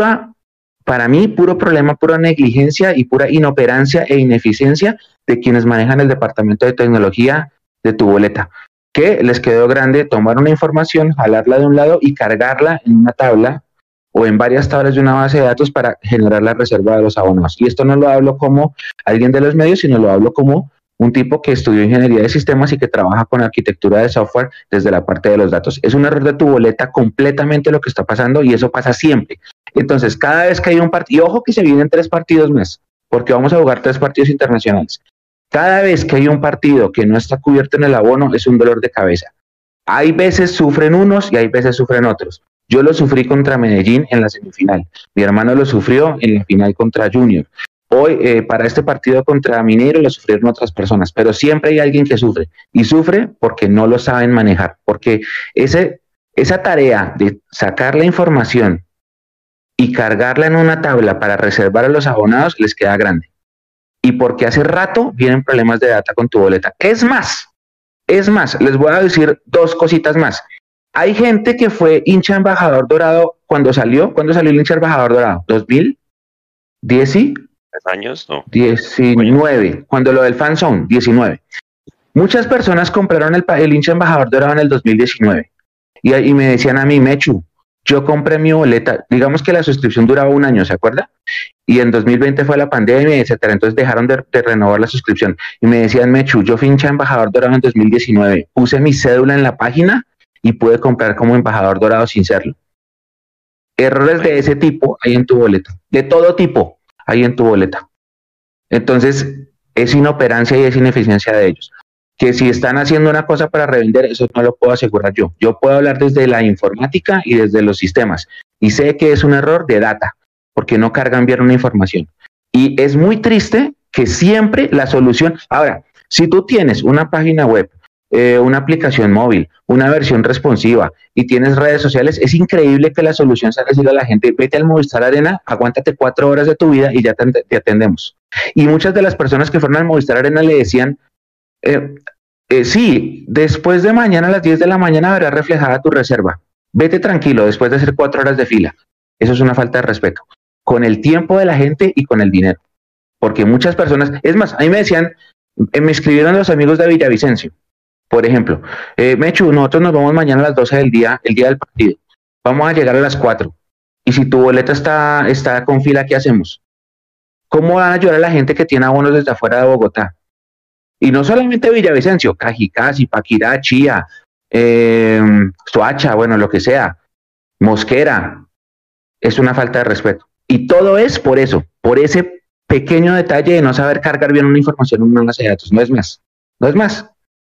para mí, puro problema, pura negligencia y pura inoperancia e ineficiencia de quienes manejan el departamento de tecnología de tu boleta, que les quedó grande tomar una información, jalarla de un lado y cargarla en una tabla o en varias tablas de una base de datos para generar la reserva de los abonados. Y esto no lo hablo como alguien de los medios, sino lo hablo como un tipo que estudió ingeniería de sistemas y que trabaja con arquitectura de software desde la parte de los datos. Es un error de tu boleta completamente lo que está pasando, y eso pasa siempre. Entonces, cada vez que hay un partido, ojo que se vienen 3 partidos más, porque vamos a jugar 3 partidos internacionales. Cada vez que hay un partido que no está cubierto en el abono, es un dolor de cabeza. Hay veces sufren unos y hay veces sufren otros. Yo lo sufrí contra Medellín en la semifinal. Mi hermano lo sufrió en la final contra Junior. Hoy, para este partido contra Mineiro, lo sufrieron otras personas, pero siempre hay alguien que sufre. Y sufre porque no lo saben manejar. Porque esa tarea de sacar la información y cargarla en una tabla para reservar a los abonados les queda grande. Y porque hace rato vienen problemas de data con tu boleta. Es más, les voy a decir 2 cositas más. Hay gente que fue hincha embajador dorado cuando salió el hincha embajador dorado, 2010, 3 años, no. 19, cuando lo del fan zone, 19. Muchas personas compraron el hincha embajador dorado en el 2019 y me decían a mí, Mechu, yo compré mi boleta, digamos que la suscripción duraba un año, ¿se acuerda? Y en 2020 fue la pandemia, etcétera, entonces dejaron de renovar la suscripción. Y me decían, Mechu, yo fui hincha embajador dorado en 2019, puse mi cédula en la página y pude comprar como embajador dorado sin serlo. Errores de ese tipo hay en tu boleta, de todo tipo hay en tu boleta. Entonces, es inoperancia y es ineficiencia de ellos. Que si están haciendo una cosa para revender, eso no lo puedo asegurar yo. Yo puedo hablar desde la informática y desde los sistemas. Y sé que es un error de data, porque no cargan bien una información. Y es muy triste que siempre la solución... Ahora, si tú tienes una página web, una aplicación móvil, una versión responsiva y tienes redes sociales, es increíble que la solución sea decirle a la gente, vete al Movistar Arena, aguántate 4 horas de tu vida y ya te atendemos. Y muchas de las personas que fueron al Movistar Arena le decían, sí, después de mañana a las 10 de la mañana verás reflejada tu reserva. Vete tranquilo después de hacer 4 horas de fila. Eso es una falta de respeto. Con el tiempo de la gente y con el dinero. Porque muchas personas, es más, a mí me decían, me escribieron los amigos de Villavicencio, por ejemplo, Mechu, nosotros nos vamos mañana a las 12 del día, el día del partido. Vamos a llegar a las 4. Y si tu boleta está con fila, ¿qué hacemos? ¿Cómo van a ayudar a la gente que tiene abonos desde afuera de Bogotá? Y no solamente Villavicencio, Cajicá, Zipaquirá, Chía, Soacha, bueno, lo que sea, Mosquera, es una falta de respeto. Y todo es por eso, por ese pequeño detalle de no saber cargar bien una información en una base de datos, no es más, no es más.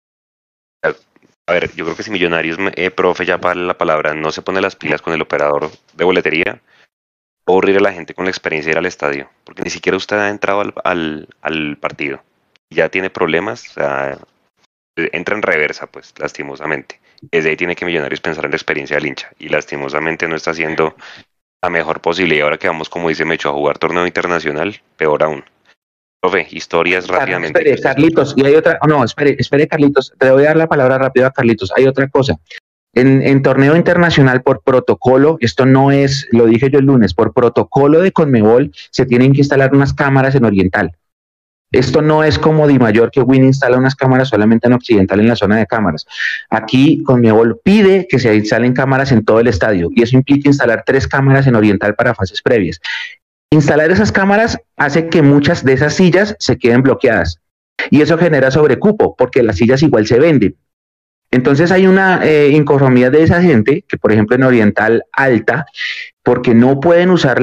A ver, yo creo que si Millonarios, profe, ya para la palabra, no se pone las pilas con el operador de boletería, va a aburrir a la gente con la experiencia de ir al estadio, porque ni siquiera usted ha entrado al partido. Ya tiene problemas, o sea, entra en reversa, pues, lastimosamente. Desde ahí tiene que Millonarios pensar en la experiencia del hincha, y lastimosamente no está haciendo la mejor posible. Y ahora que vamos, como dice Mecho, a jugar torneo internacional, peor aún. Profe, historias rápidamente. Espere, Carlitos, y hay otra, no, espere, Carlitos, te voy a dar la palabra rápido a Carlitos, hay otra cosa. En torneo internacional por protocolo, esto no es, lo dije yo el lunes, por protocolo de Conmebol se tienen que instalar unas cámaras en Oriental. Esto no es como Dimayor, que Win instala unas cámaras solamente en Occidental, en la zona de cámaras. Aquí Conmebol pide que se instalen cámaras en todo el estadio, y eso implica instalar 3 cámaras en Oriental para fases previas. Instalar esas cámaras hace que muchas de esas sillas se queden bloqueadas, y eso genera sobrecupo, porque las sillas igual se venden. Entonces hay una inconformidad de esa gente, que por ejemplo en Oriental alta, porque no pueden usar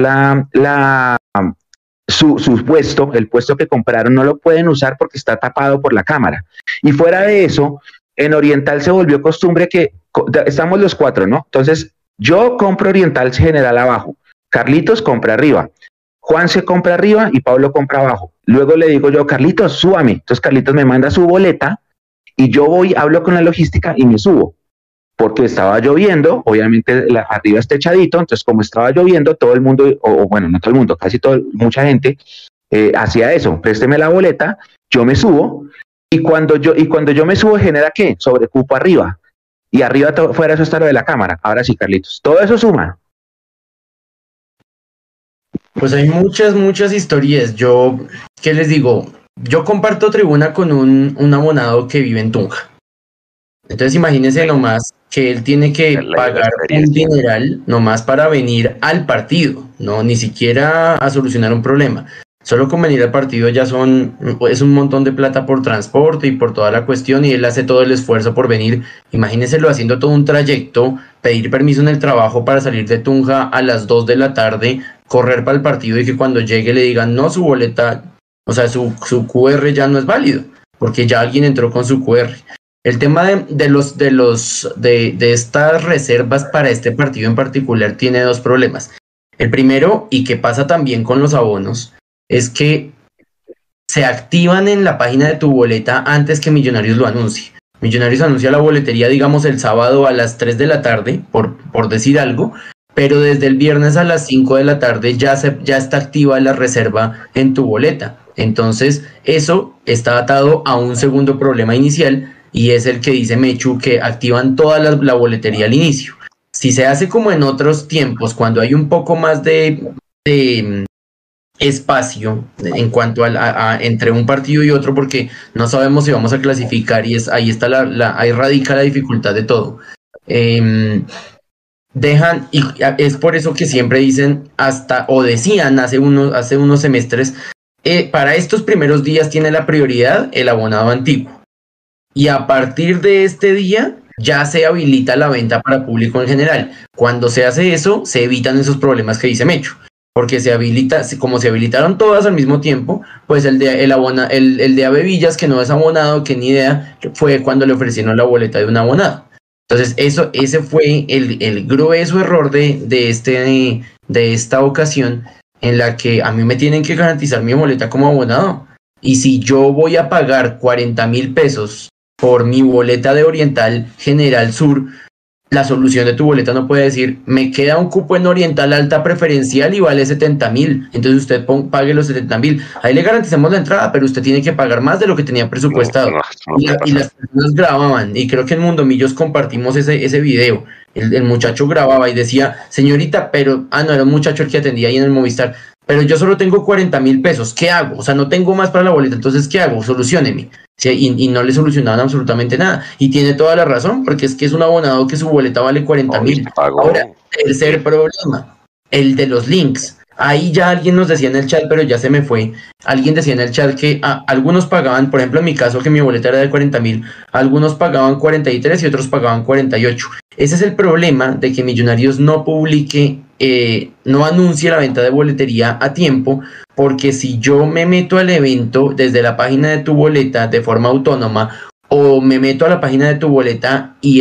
su puesto, el puesto que compraron, no lo pueden usar porque está tapado por la cámara. Y fuera de eso, en Oriental se volvió costumbre que, estamos los 4, ¿no? Entonces, yo compro Oriental General abajo, Carlitos compra arriba, Juan se compra arriba y Pablo compra abajo. Luego le digo yo, Carlitos, súbame. Entonces Carlitos me manda su boleta y yo voy, hablo con la logística y me subo. Porque estaba lloviendo, obviamente arriba está echadito, entonces como estaba lloviendo, todo el mundo, o bueno, no todo el mundo, casi mucha gente hacía eso, présteme la boleta, yo me subo, y cuando yo me subo, ¿genera qué? Sobrecupo arriba, y arriba fuera eso está lo de la cámara. Ahora sí, Carlitos, todo eso suma. Pues hay muchas historias. Yo, ¿qué les digo? Yo comparto tribuna con un abonado que vive en Tunja. Entonces imagínense nomás que él tiene que pagar un dineral nomás para venir al partido, no ni siquiera a solucionar un problema. Solo con venir al partido ya es un montón de plata por transporte y por toda la cuestión, y él hace todo el esfuerzo por venir. Imagínenselo haciendo todo un trayecto, pedir permiso en el trabajo para salir de Tunja a las 2 de la tarde, correr para el partido y que cuando llegue le digan no, su boleta, o sea, su QR ya no es válido, porque ya alguien entró con su QR. El tema de estas reservas para este partido en particular tiene 2 problemas. El primero, y que pasa también con los abonos, es que se activan en la página de tu boleta antes que Millonarios lo anuncie. Millonarios anuncia la boletería, digamos, el sábado a las 3 de la tarde, por decir algo, pero desde el viernes a las 5 de la tarde ya está activa la reserva en tu boleta. Entonces, eso está atado a un segundo problema inicial, y es el que dice Mechu, que activan toda la boletería al inicio. Si se hace como en otros tiempos, cuando hay un poco más de espacio en cuanto entre un partido y otro, porque no sabemos si vamos a clasificar y ahí está ahí radica la dificultad de todo. Dejan, y es por eso que siempre dicen o decían hace unos semestres, para estos primeros días tiene la prioridad el abonado antiguo. Y a partir de este día ya se habilita la venta para público en general. Cuando se hace eso, se evitan esos problemas que dice Mecho. Porque como se habilitaron todas al mismo tiempo, pues el de Ave Villas, que no es abonado, que ni idea, fue cuando le ofrecieron la boleta de un abonado. Entonces, ese fue el grueso error de esta ocasión, en la que a mí me tienen que garantizar mi boleta como abonado. Y si yo voy a pagar 40,000 pesos por mi boleta de Oriental General Sur, la solución de tu boleta no puede decir, me queda un cupo en Oriental Alta Preferencial y vale 70,000, entonces usted pague los 70,000. Ahí le garantizamos la entrada, pero usted tiene que pagar más de lo que tenía presupuestado. Y las personas grababan, y creo que en Mundomillos compartimos ese video. El muchacho grababa y decía, señorita, pero, no, era un muchacho el que atendía ahí en el Movistar, pero yo solo tengo 40,000 pesos, ¿qué hago? O sea, no tengo más para la boleta, entonces, ¿qué hago? Solucióneme. ¿Sí? Y no le solucionaban absolutamente nada. Y tiene toda la razón, porque es que es un abonado que su boleta vale 40,000. Ahora, tercer problema, el de los links. Ahí ya alguien nos decía en el chat, pero ya se me fue. Alguien decía en el chat que algunos pagaban, por ejemplo, en mi caso, que mi boleta era de 40,000, algunos pagaban 43 y otros pagaban 48. Ese es el problema de que Millonarios no publique, no anuncie la venta de boletería a tiempo, porque si yo me meto al evento desde la página de tu boleta de forma autónoma, o me meto a la página de tu boleta y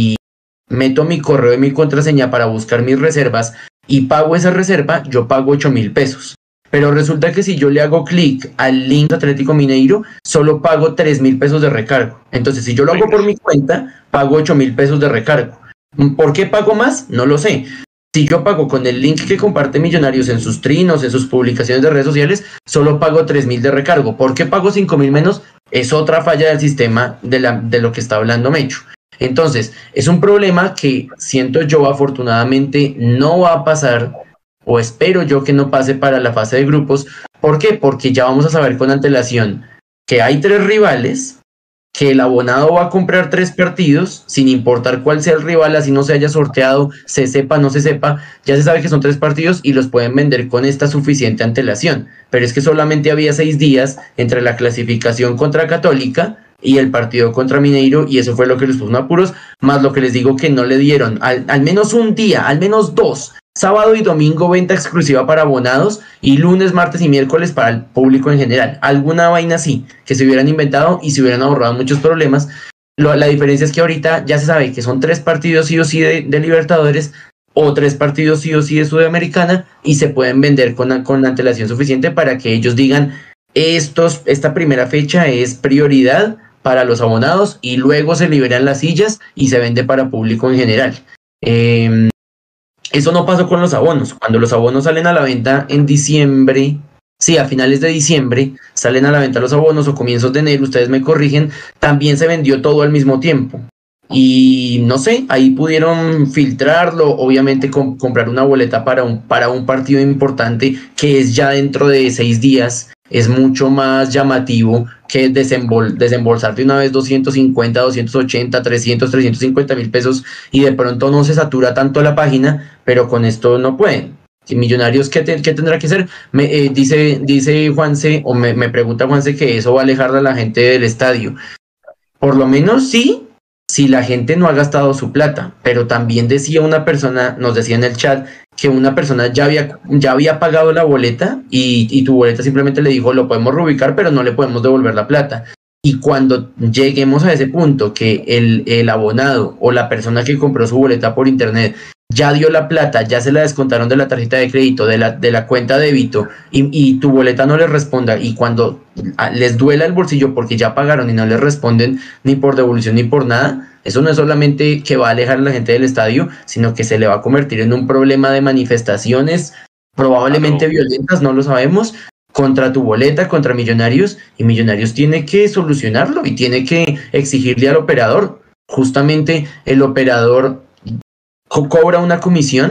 meto mi correo y mi contraseña para buscar mis reservas y pago esa reserva, yo pago 8,000 pesos. Pero resulta que si yo le hago clic al link Atlético Mineiro, solo pago 3,000 pesos de recargo. Entonces, si yo lo hago por mi cuenta, pago 8,000 pesos de recargo. ¿Por qué pago más? No lo sé. Si yo pago con el link que comparte Millonarios en sus trinos, en sus publicaciones de redes sociales, solo pago 3,000 de recargo. ¿Por qué pago 5,000 menos? Es otra falla del sistema de lo que está hablando Mecho. Entonces, es un problema que siento yo afortunadamente no va a pasar, o espero yo que no pase para la fase de grupos. ¿Por qué? Porque ya vamos a saber con antelación que hay 3 rivales, que el abonado va a comprar 3 partidos, sin importar cuál sea el rival, así no se haya sorteado, se sepa, no se sepa, ya se sabe que son 3 partidos y los pueden vender con esta suficiente antelación. Pero es que solamente había 6 días entre la clasificación contra Católica y el partido contra Mineiro, y eso fue lo que les puso en apuros, más lo que les digo que no le dieron al menos un día, al menos 2, sábado y domingo venta exclusiva para abonados y lunes, martes y miércoles para el público en general. Alguna vaina así, que se hubieran inventado y se hubieran ahorrado muchos problemas. La diferencia es que ahorita ya se sabe que son 3 partidos sí o sí de Libertadores o 3 partidos sí o sí de Sudamericana, y se pueden vender con antelación suficiente para que ellos digan, esta primera fecha es prioridad para los abonados y luego se liberan las sillas y se vende para público en general. Eso no pasó con los abonos. Cuando los abonos salen a la venta en diciembre, sí, a finales de diciembre salen a la venta los abonos, o comienzos de enero, ustedes me corrigen, también se vendió todo al mismo tiempo. Y no sé, ahí pudieron filtrarlo, obviamente comprar una boleta para un partido importante que es ya dentro de 6 días. Es mucho más llamativo que desembolsar de una vez 250, 280, 300, 350,000 pesos y de pronto no se satura tanto la página, pero con esto no pueden. Millonarios, ¿qué tendrá que hacer? Dice Juanse, o me pregunta Juanse, que eso va a alejar a la gente del estadio. Por lo menos sí, si la gente no ha gastado su plata, pero también decía una persona, nos decía en el chat, que una persona ya había pagado la boleta y tu boleta simplemente le dijo, lo podemos reubicar, pero no le podemos devolver la plata. Y cuando lleguemos a ese punto, que el abonado o la persona que compró su boleta por internet ya dio la plata, ya se la descontaron de la tarjeta de crédito, de la cuenta débito, y tu boleta no les responda, y cuando les duela el bolsillo porque ya pagaron y no les responden ni por devolución ni por nada, eso no es solamente que va a alejar a la gente del estadio, sino que se le va a convertir en un problema de manifestaciones probablemente violentas, no lo sabemos, contra tu boleta, contra Millonarios, y Millonarios tiene que solucionarlo y tiene que exigirle al operador. Justamente el operador cobra una comisión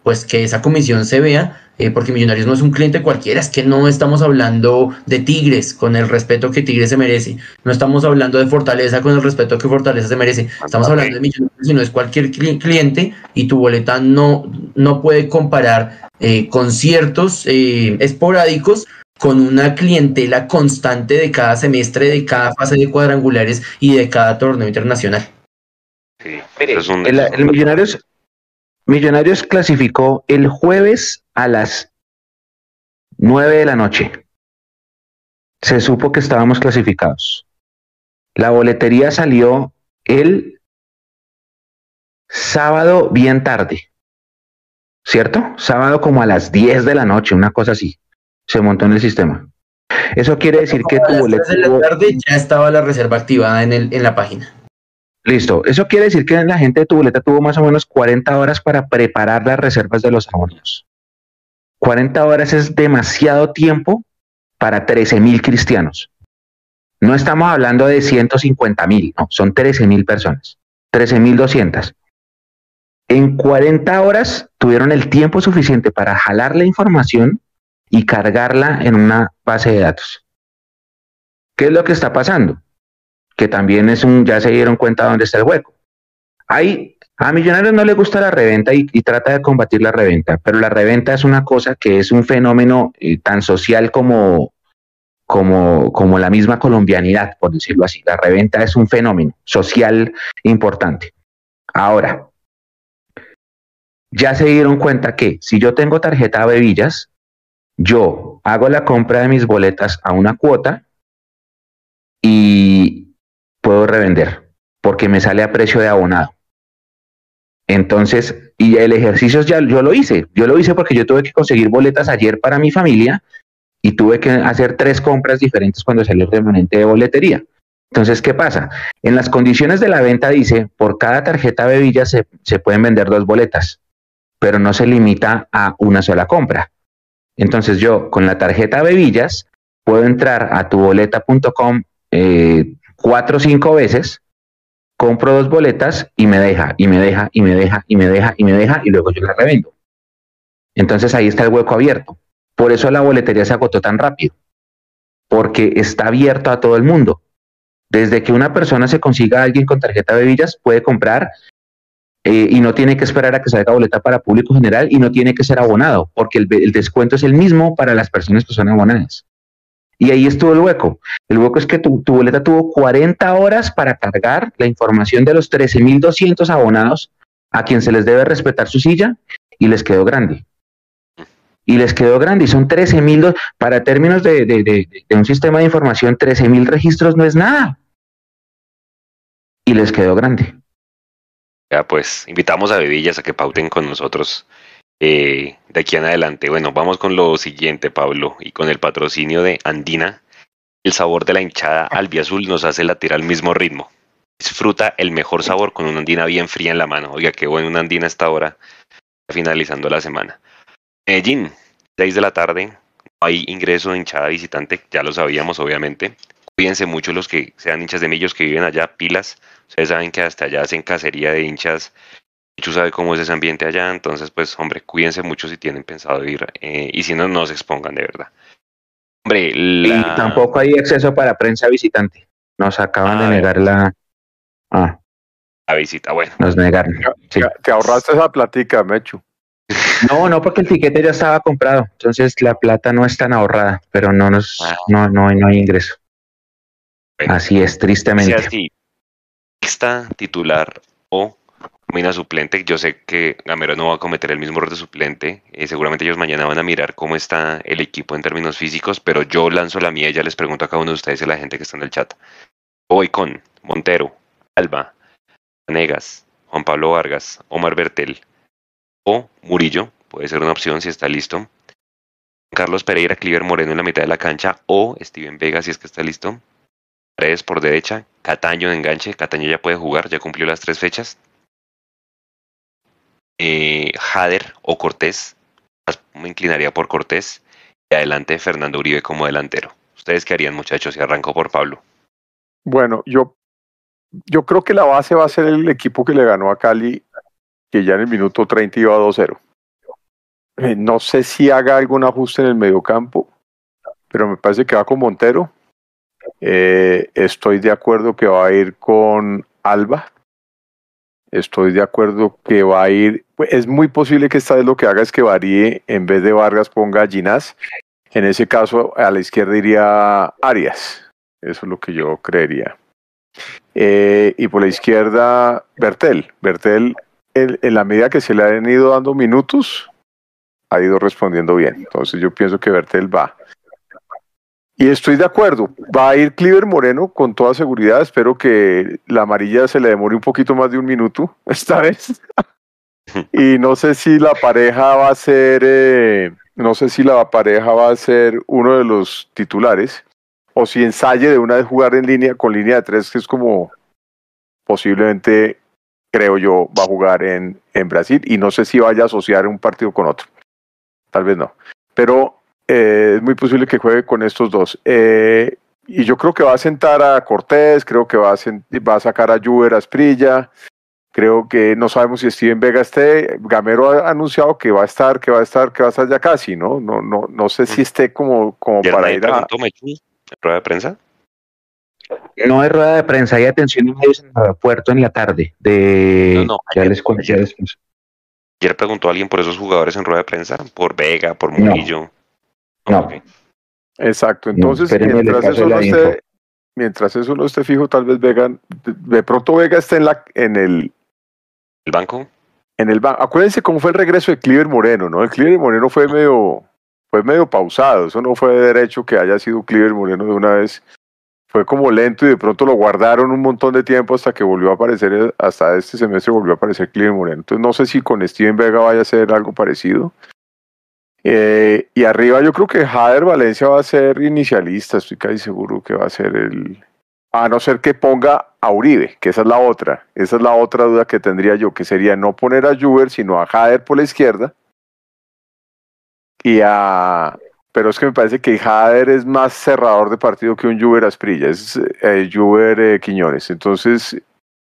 pues que esa comisión se vea, porque Millonarios no es un cliente cualquiera, es que no estamos hablando de Tigres con el respeto que Tigres se merece, no estamos hablando de Fortaleza con el respeto que Fortaleza se merece, estamos hablando de Millonarios y no es cualquier cliente, y tu boleta no puede comparar conciertos esporádicos con una clientela constante de cada semestre, de cada fase de cuadrangulares y de cada torneo internacional. Sí, Mire, el Millonarios clasificó el jueves a las 9 de la noche. Se supo que estábamos clasificados. La boletería salió el sábado bien tarde, ¿cierto? Sábado como a las 10 de la noche, una cosa así. Se montó en el sistema. Eso quiere decir que tu boleta... A las 3 de la tarde ya estaba la reserva activada en la página. Listo. Eso quiere decir que la gente de tu boleta tuvo más o menos 40 horas para preparar las reservas de los abonados. 40 horas es demasiado tiempo para 13.000 cristianos. No estamos hablando de 150.000, no, son 13.000 personas, 13.200. En 40 horas tuvieron el tiempo suficiente para jalar la información y cargarla en una base de datos. ¿Qué es lo que está pasando? Que también ya se dieron cuenta dónde está el hueco. A Millonarios no le gusta la reventa y trata de combatir la reventa, pero la reventa es una cosa que es un fenómeno tan social como la misma colombianidad, por decirlo así. La reventa es un fenómeno social importante. Ahora, ya se dieron cuenta que si yo tengo tarjeta Bevillas, yo hago la compra de mis boletas a una cuota y puedo revender, porque me sale a precio de abonado. Entonces, y el ejercicio yo lo hice porque yo tuve que conseguir boletas ayer para mi familia y tuve que hacer 3 compras diferentes cuando salió el remanente de boletería. Entonces, ¿qué pasa? En las condiciones de la venta dice, por cada tarjeta Bevillas se pueden vender 2 boletas, pero no se limita a una sola compra. Entonces yo, con la tarjeta Bevillas, puedo entrar a tuboleta.com 4 o 5 veces, compro 2 boletas y me deja, y luego yo la revendo. Entonces ahí está el hueco abierto. Por eso la boletería se agotó tan rápido, porque está abierto a todo el mundo. Desde que una persona se consiga a alguien con tarjeta Bevillas, puede comprar y no tiene que esperar a que salga boleta para público general y no tiene que ser abonado, porque el descuento es el mismo para las personas que son abonadas. Y ahí estuvo el hueco. El hueco es que tu boleta tuvo 40 horas para cargar la información de los 13.200 abonados a quien se les debe respetar su silla y les quedó grande. Y son 13.000, para términos de un sistema de información, 13.000 registros no es nada. Y les quedó grande. Ya, pues, invitamos a Bevillas a que pauten con nosotros de aquí en adelante. Bueno, vamos con lo siguiente, Pablo, y con el patrocinio de Andina. El sabor de la hinchada albiazul nos hace latir al mismo ritmo. Disfruta el mejor sabor con una Andina bien fría en la mano. Oiga, qué bueno una Andina a esta hora, finalizando la semana. Medellín, 6 de la tarde, no hay ingreso de hinchada visitante, ya lo sabíamos obviamente. Cuídense mucho los que sean hinchas de Millos que viven allá, pilas. Ustedes saben que hasta allá hacen cacería de hinchas. Michu sabe cómo es ese ambiente allá, entonces pues hombre, cuídense mucho si tienen pensado ir y si no, no se expongan de verdad. Hombre, Y tampoco hay acceso para prensa visitante. Nos acaban de negar la visita, bueno. Nos negaron. Sí. Te ahorraste esa platica, Mechu. No, porque el tiquete ya estaba comprado, entonces la plata no es tan ahorrada, pero no hay ingreso. Bueno, así es, tristemente. Así, esta titular o mina suplente, yo sé que Gamero no va a cometer el mismo error de suplente, seguramente ellos mañana van a mirar cómo está el equipo en términos físicos, pero yo lanzo la mía y ya les pregunto a cada uno de ustedes y a la gente que está en el chat. Voy con Montero, Alba, Vanegas, Juan Pablo Vargas, Omar Bertel o Murillo, puede ser una opción si está listo. Carlos Pereira, Cliver Moreno en la mitad de la cancha o Steven Vega si es que está listo. Paredes por derecha, Cataño de enganche, Cataño ya puede jugar, ya cumplió las 3 fechas. Jader o Cortés, me inclinaría por Cortés y adelante Fernando Uribe como delantero. ¿Ustedes qué harían, muchachos? Si arranco por Pablo. Bueno, yo creo que la base va a ser el equipo que le ganó a Cali, que ya en el minuto 30 iba 2-0. No sé si haga algún ajuste en el mediocampo, pero me parece que va con Montero. Estoy de acuerdo que va a ir con Alba. Estoy de acuerdo que va a ir. Es muy posible que esta vez lo que haga es que varíe, en vez de Vargas ponga a Ginás. En ese caso, a la izquierda iría Arias. Eso es lo que yo creería. Y por la izquierda, Bertel. Bertel, en la medida que se le han ido dando minutos, ha ido respondiendo bien. Entonces yo pienso que Bertel va. Y estoy de acuerdo, va a ir Cliver Moreno con toda seguridad. Espero que la amarilla se le demore un poquito más de un minuto esta vez. Y no sé si la pareja va a ser, uno de los titulares, o si ensaye de una vez jugar en línea, con línea de 3, que es como posiblemente, creo yo, va a jugar en Brasil. Y no sé si vaya a asociar un partido con otro. Tal vez no. Pero es muy posible que juegue con estos dos. Y yo creo que va a sentar a Cortés, creo que va a sacar a Juber, a Asprilla. Creo que no sabemos si Steven Vega esté. Gamero ha anunciado que va a estar ya casi, ¿no? No sé si esté como para ir a... ¿En rueda de prensa? No hay rueda de prensa, hay atención en medios en el aeropuerto en la tarde. Ya les cuento. Ayer preguntó a alguien por esos jugadores en rueda de prensa, por Vega, por Murillo. No. Okay. Exacto, entonces mientras eso no esté fijo, tal vez Vega, de pronto Vega esté en el banco. En el banco. Acuérdense cómo fue el regreso de Cliver Moreno, ¿no? El Cliver Moreno fue medio pausado, eso no fue de derecho que haya sido Cliver Moreno de una vez. Fue como lento y de pronto lo guardaron un montón de tiempo hasta que volvió a aparecer, hasta este semestre volvió a aparecer Cliver Moreno. Entonces no sé si con Steven Vega vaya a ser algo parecido. Y arriba yo creo que Jader Valencia va a ser inicialista, estoy casi seguro que va a ser a no ser que ponga a Uribe, que esa es la otra duda que tendría yo, que sería no poner a Juber, sino a Jader por la izquierda, pero es que me parece que Jader es más cerrador de partido que un Juber Asprilla, es Juber Quiñones, entonces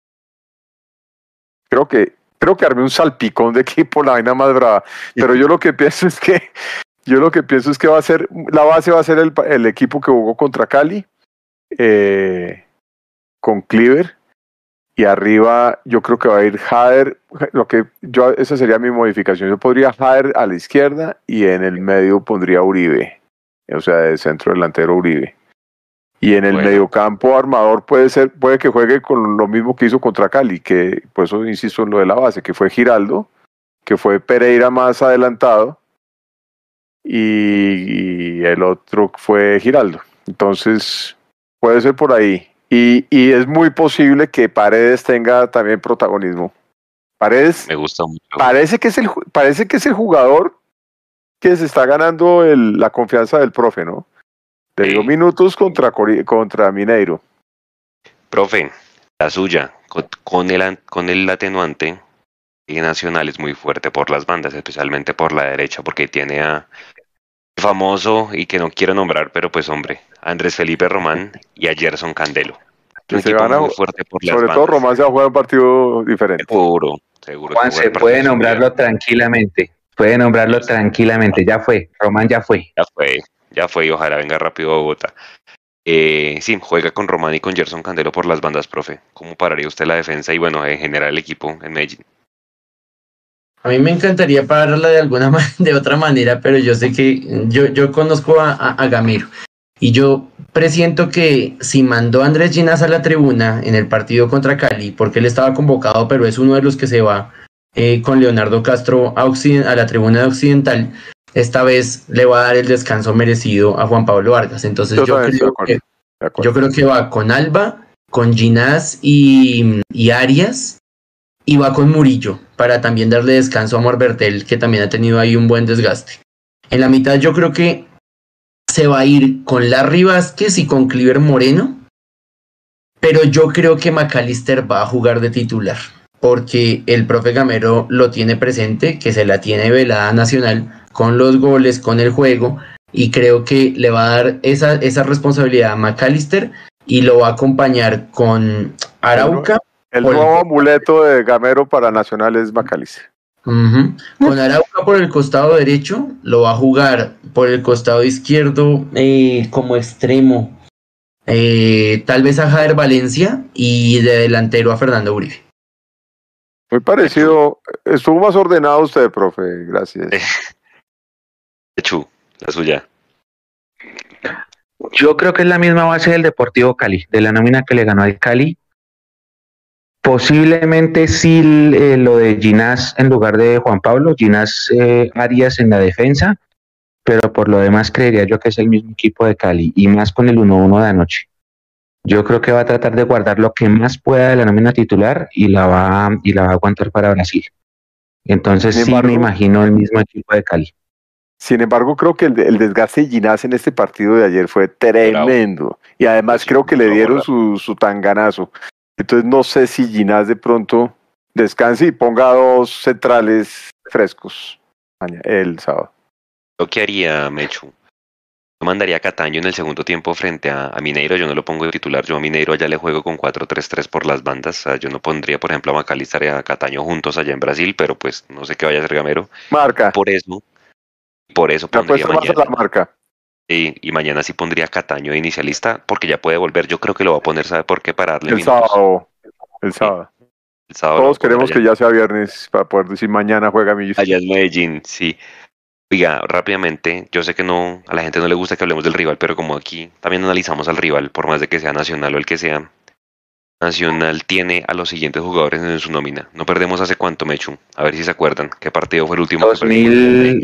creo que armé un salpicón de equipo, la vaina más brava, pero yo lo que pienso es que va a ser, la base va a ser el equipo que jugó contra Cali, con Cliver, y arriba yo creo que va a ir Jader, esa sería mi modificación, yo podría Jader a la izquierda y en el medio pondría Uribe, o sea, de centro delantero Uribe. Y en el mediocampo armador puede que juegue con lo mismo que hizo contra Cali, que por eso insisto en lo de la base, que fue Giraldo, que fue Pereira más adelantado, y el otro fue Giraldo. Entonces, puede ser por ahí. Y es muy posible que Paredes tenga también protagonismo. Paredes me gusta mucho. Parece que es el jugador que se está ganando la confianza del profe, ¿no? Le dio minutos contra Mineiro. Profe, la suya, con el atenuante, Nacional es muy fuerte por las bandas, especialmente por la derecha, porque tiene a famoso y que no quiero nombrar, pero pues hombre, a Andrés Felipe Román y a Gerson Candelo. Un equipo muy fuerte por las bandas. Sobre todo Román se va a jugar un partido diferente. Seguro. Juan, se puede nombrarlo tranquilamente. Ya fue, Román ya fue. Ya fue y ojalá venga rápido a Bogotá. Sí, juega con Román y con Gerson Candelo por las bandas, profe. ¿Cómo pararía usted la defensa y bueno, en general el equipo en Medellín? A mí me encantaría pararla de otra manera, pero yo sé que yo conozco a Gamero y yo presiento que si mandó a Andrés Ginás a la tribuna en el partido contra Cali, porque él estaba convocado, pero es uno de los que se va con Leonardo Castro a la tribuna de Occidental, esta vez le va a dar el descanso merecido a Juan Pablo Vargas. Entonces yo creo que va con Alba, con Ginás y Arias, y va con Murillo para también darle descanso a Morbertel, que también ha tenido ahí un buen desgaste. En la mitad yo creo que se va a ir con Larry Vázquez y con Cliver Moreno, pero yo creo que McAllister va a jugar de titular, porque el profe Gamero lo tiene presente, que se la tiene velada a Nacional con los goles, con el juego, y creo que le va a dar esa responsabilidad a McAllister y lo va a acompañar con Arauca. El nuevo amuleto de Gamero para Nacional es McAllister. Ujú. Con Arauca por el costado derecho, lo va a jugar por el costado izquierdo como extremo. Tal vez a Jader Valencia y de delantero a Fernando Uribe. Muy parecido. Estuvo más ordenado usted, profe. Gracias. Mechu, la suya. Yo creo que es la misma base del Deportivo Cali, de la nómina que le ganó al Cali. Posiblemente sí lo de Ginás en lugar de Juan Pablo, Ginás Arias en la defensa, pero por lo demás creería yo que es el mismo equipo de Cali y más con el 1-1 de anoche. Yo creo que va a tratar de guardar lo que más pueda de la nómina titular y la va a aguantar para Brasil. Entonces Sin sí embargo, me imagino el mismo equipo de Cali. Sin embargo, creo que el desgaste de Ginás en este partido de ayer fue tremendo. Y además Sí, creo que le bravo, dieron bravo. su tanganazo. Entonces no sé si Ginás de pronto descanse y ponga dos centrales frescos el sábado. Lo que haría Mechu. Yo mandaría a Cataño en el segundo tiempo frente a Mineiro. Yo no lo pongo de titular. Yo a Mineiro allá le juego con 4-3-3 por las bandas. O sea, yo no pondría, por ejemplo, a McAllister y a Cataño juntos allá en Brasil, pero pues no sé qué vaya a hacer Gamero. Marca. Por eso Me pondría apuesto más a la mañana. marca. Y mañana sí pondría a Cataño de inicialista porque ya puede volver. Yo creo que lo va a poner, ¿sabe por qué? Para darle El minutos. sábado. El Sí, sábado. el sábado lo va a Todos poner queremos allá, que ya sea viernes para poder decir mañana juega Millos. allá en Medellín, sí. Oiga, rápidamente, yo sé que no, a la gente no le gusta que hablemos del rival, pero como aquí también analizamos al rival, por más de que sea Nacional o el que sea, Nacional tiene a los siguientes jugadores en su nómina. No perdemos hace cuánto, Mechu. A ver si se acuerdan. ¿Qué partido fue el último que perdimos?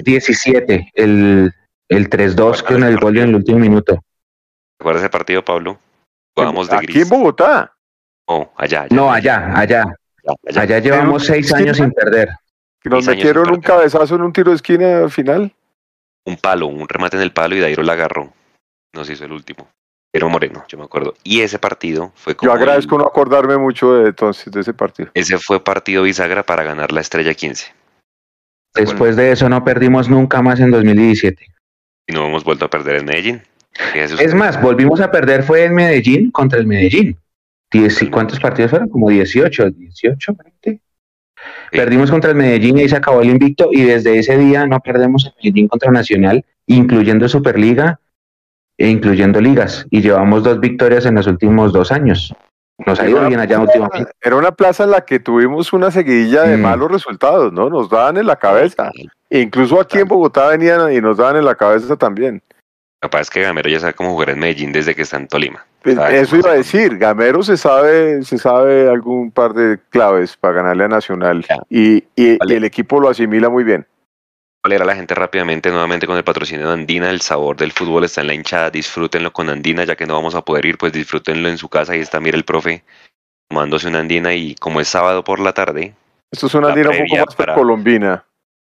2017, el 3-2 con el gol en el último minuto. ¿Recuerdas ese partido, Pablo? Jugábamos de Aquí en gris. Bogotá. Oh, allá. No, en allá. Allá. Allá llevamos 6 años sin perder. Que nos 6 años sin metieron un perder. cabezazo en un tiro de esquina al final. Un palo, un remate en el palo y Dairo la agarró. Nos hizo el último. Pero Moreno, yo me acuerdo. Y ese partido fue Yo como agradezco no acordarme mucho de ese partido. ese fue partido bisagra para ganar la Estrella 15. Después de eso no perdimos nunca más en 2017. Y no hemos vuelto a perder en Medellín. Es más, volvimos a perder fue en Medellín contra el Medellín. ¿Cuántos partidos fueron? Como 18, 20. Perdimos contra el Medellín y ahí se acabó el invicto y desde ese día no perdemos en Medellín contra Nacional, incluyendo Superliga e incluyendo ligas. Y llevamos 2 victorias en los últimos 2 años. Nos ha ido bien allá últimamente. Era una plaza en la que tuvimos una seguidilla de malos resultados, ¿no? Nos daban en la cabeza. E incluso aquí en Bogotá venían y nos daban en la cabeza también. Capaz es que Gamero ya sabe cómo jugar en Medellín desde que está en Tolima. Eso iba a decir, Gamero se sabe algún par de claves para ganarle a Nacional. Y el equipo lo asimila muy bien. Leer a la gente rápidamente nuevamente con el patrocinio de Andina. El sabor del fútbol está en la hinchada. Disfrútenlo con Andina, ya que no vamos a poder ir, pues disfrútenlo en su casa. Ahí está, mire el profe tomándose una Andina y como es sábado por la tarde. Esto es una Andina un poco más precolombina.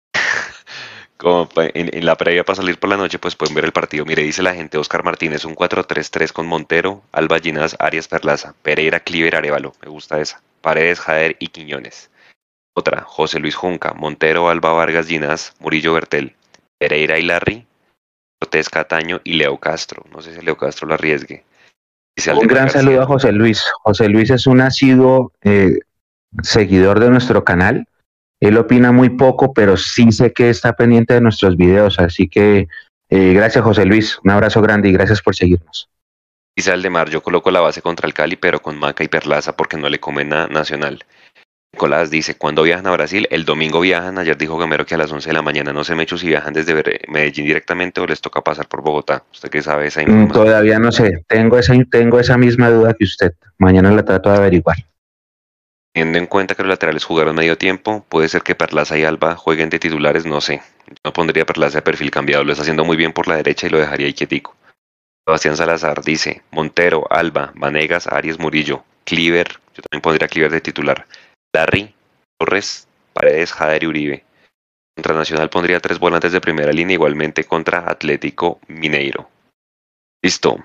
Como en la previa para salir por la noche, pues pueden ver el partido. Mire, dice la gente, Oscar Martínez, un 4-3-3 con Montero, Alba Ginás, Arias Perlaza, Pereira, Cliver, Arevalo. Me gusta esa. Paredes, Jader y Quiñones. Otra, José Luis Junca, Montero, Alba Vargas, Ginás, Murillo Bertel, Pereira y Larry, Cortés Cataño y Leo Castro. No sé si Leo Castro lo arriesgue. Un gran saludo a José Luis. José Luis es un asiduo seguidor de nuestro canal. Él opina muy poco, pero sí sé que está pendiente de nuestros videos. Así que gracias, José Luis. Un abrazo grande y gracias por seguirnos. Dice Aldemar, yo coloco la base contra el Cali, pero con Maca y Perlaza porque no le comen a Nacional. Nicolás dice, ¿cuándo viajan a Brasil? El domingo viajan. Ayer dijo Gamero que a las 11 de la mañana. No sé, Mechu, si viajan desde Medellín directamente o les toca pasar por Bogotá. ¿Usted qué sabe esa información? Todavía no sé. Tengo esa misma duda que usted. Mañana la trato de averiguar. Teniendo en cuenta que los laterales jugaron medio tiempo, puede ser que Perlaza y Alba jueguen de titulares, no sé. No pondría Perlaza de perfil cambiado, lo está haciendo muy bien por la derecha y lo dejaría ahí quietico. Sebastián Salazar dice, Montero, Alba, Vanegas, Arias, Murillo, Cliver, yo también pondría Cliver de titular, Larry, Torres, Paredes, Jader y Uribe. Contra Nacional pondría 3 volantes de primera línea, igualmente contra Atlético Mineiro. Listo.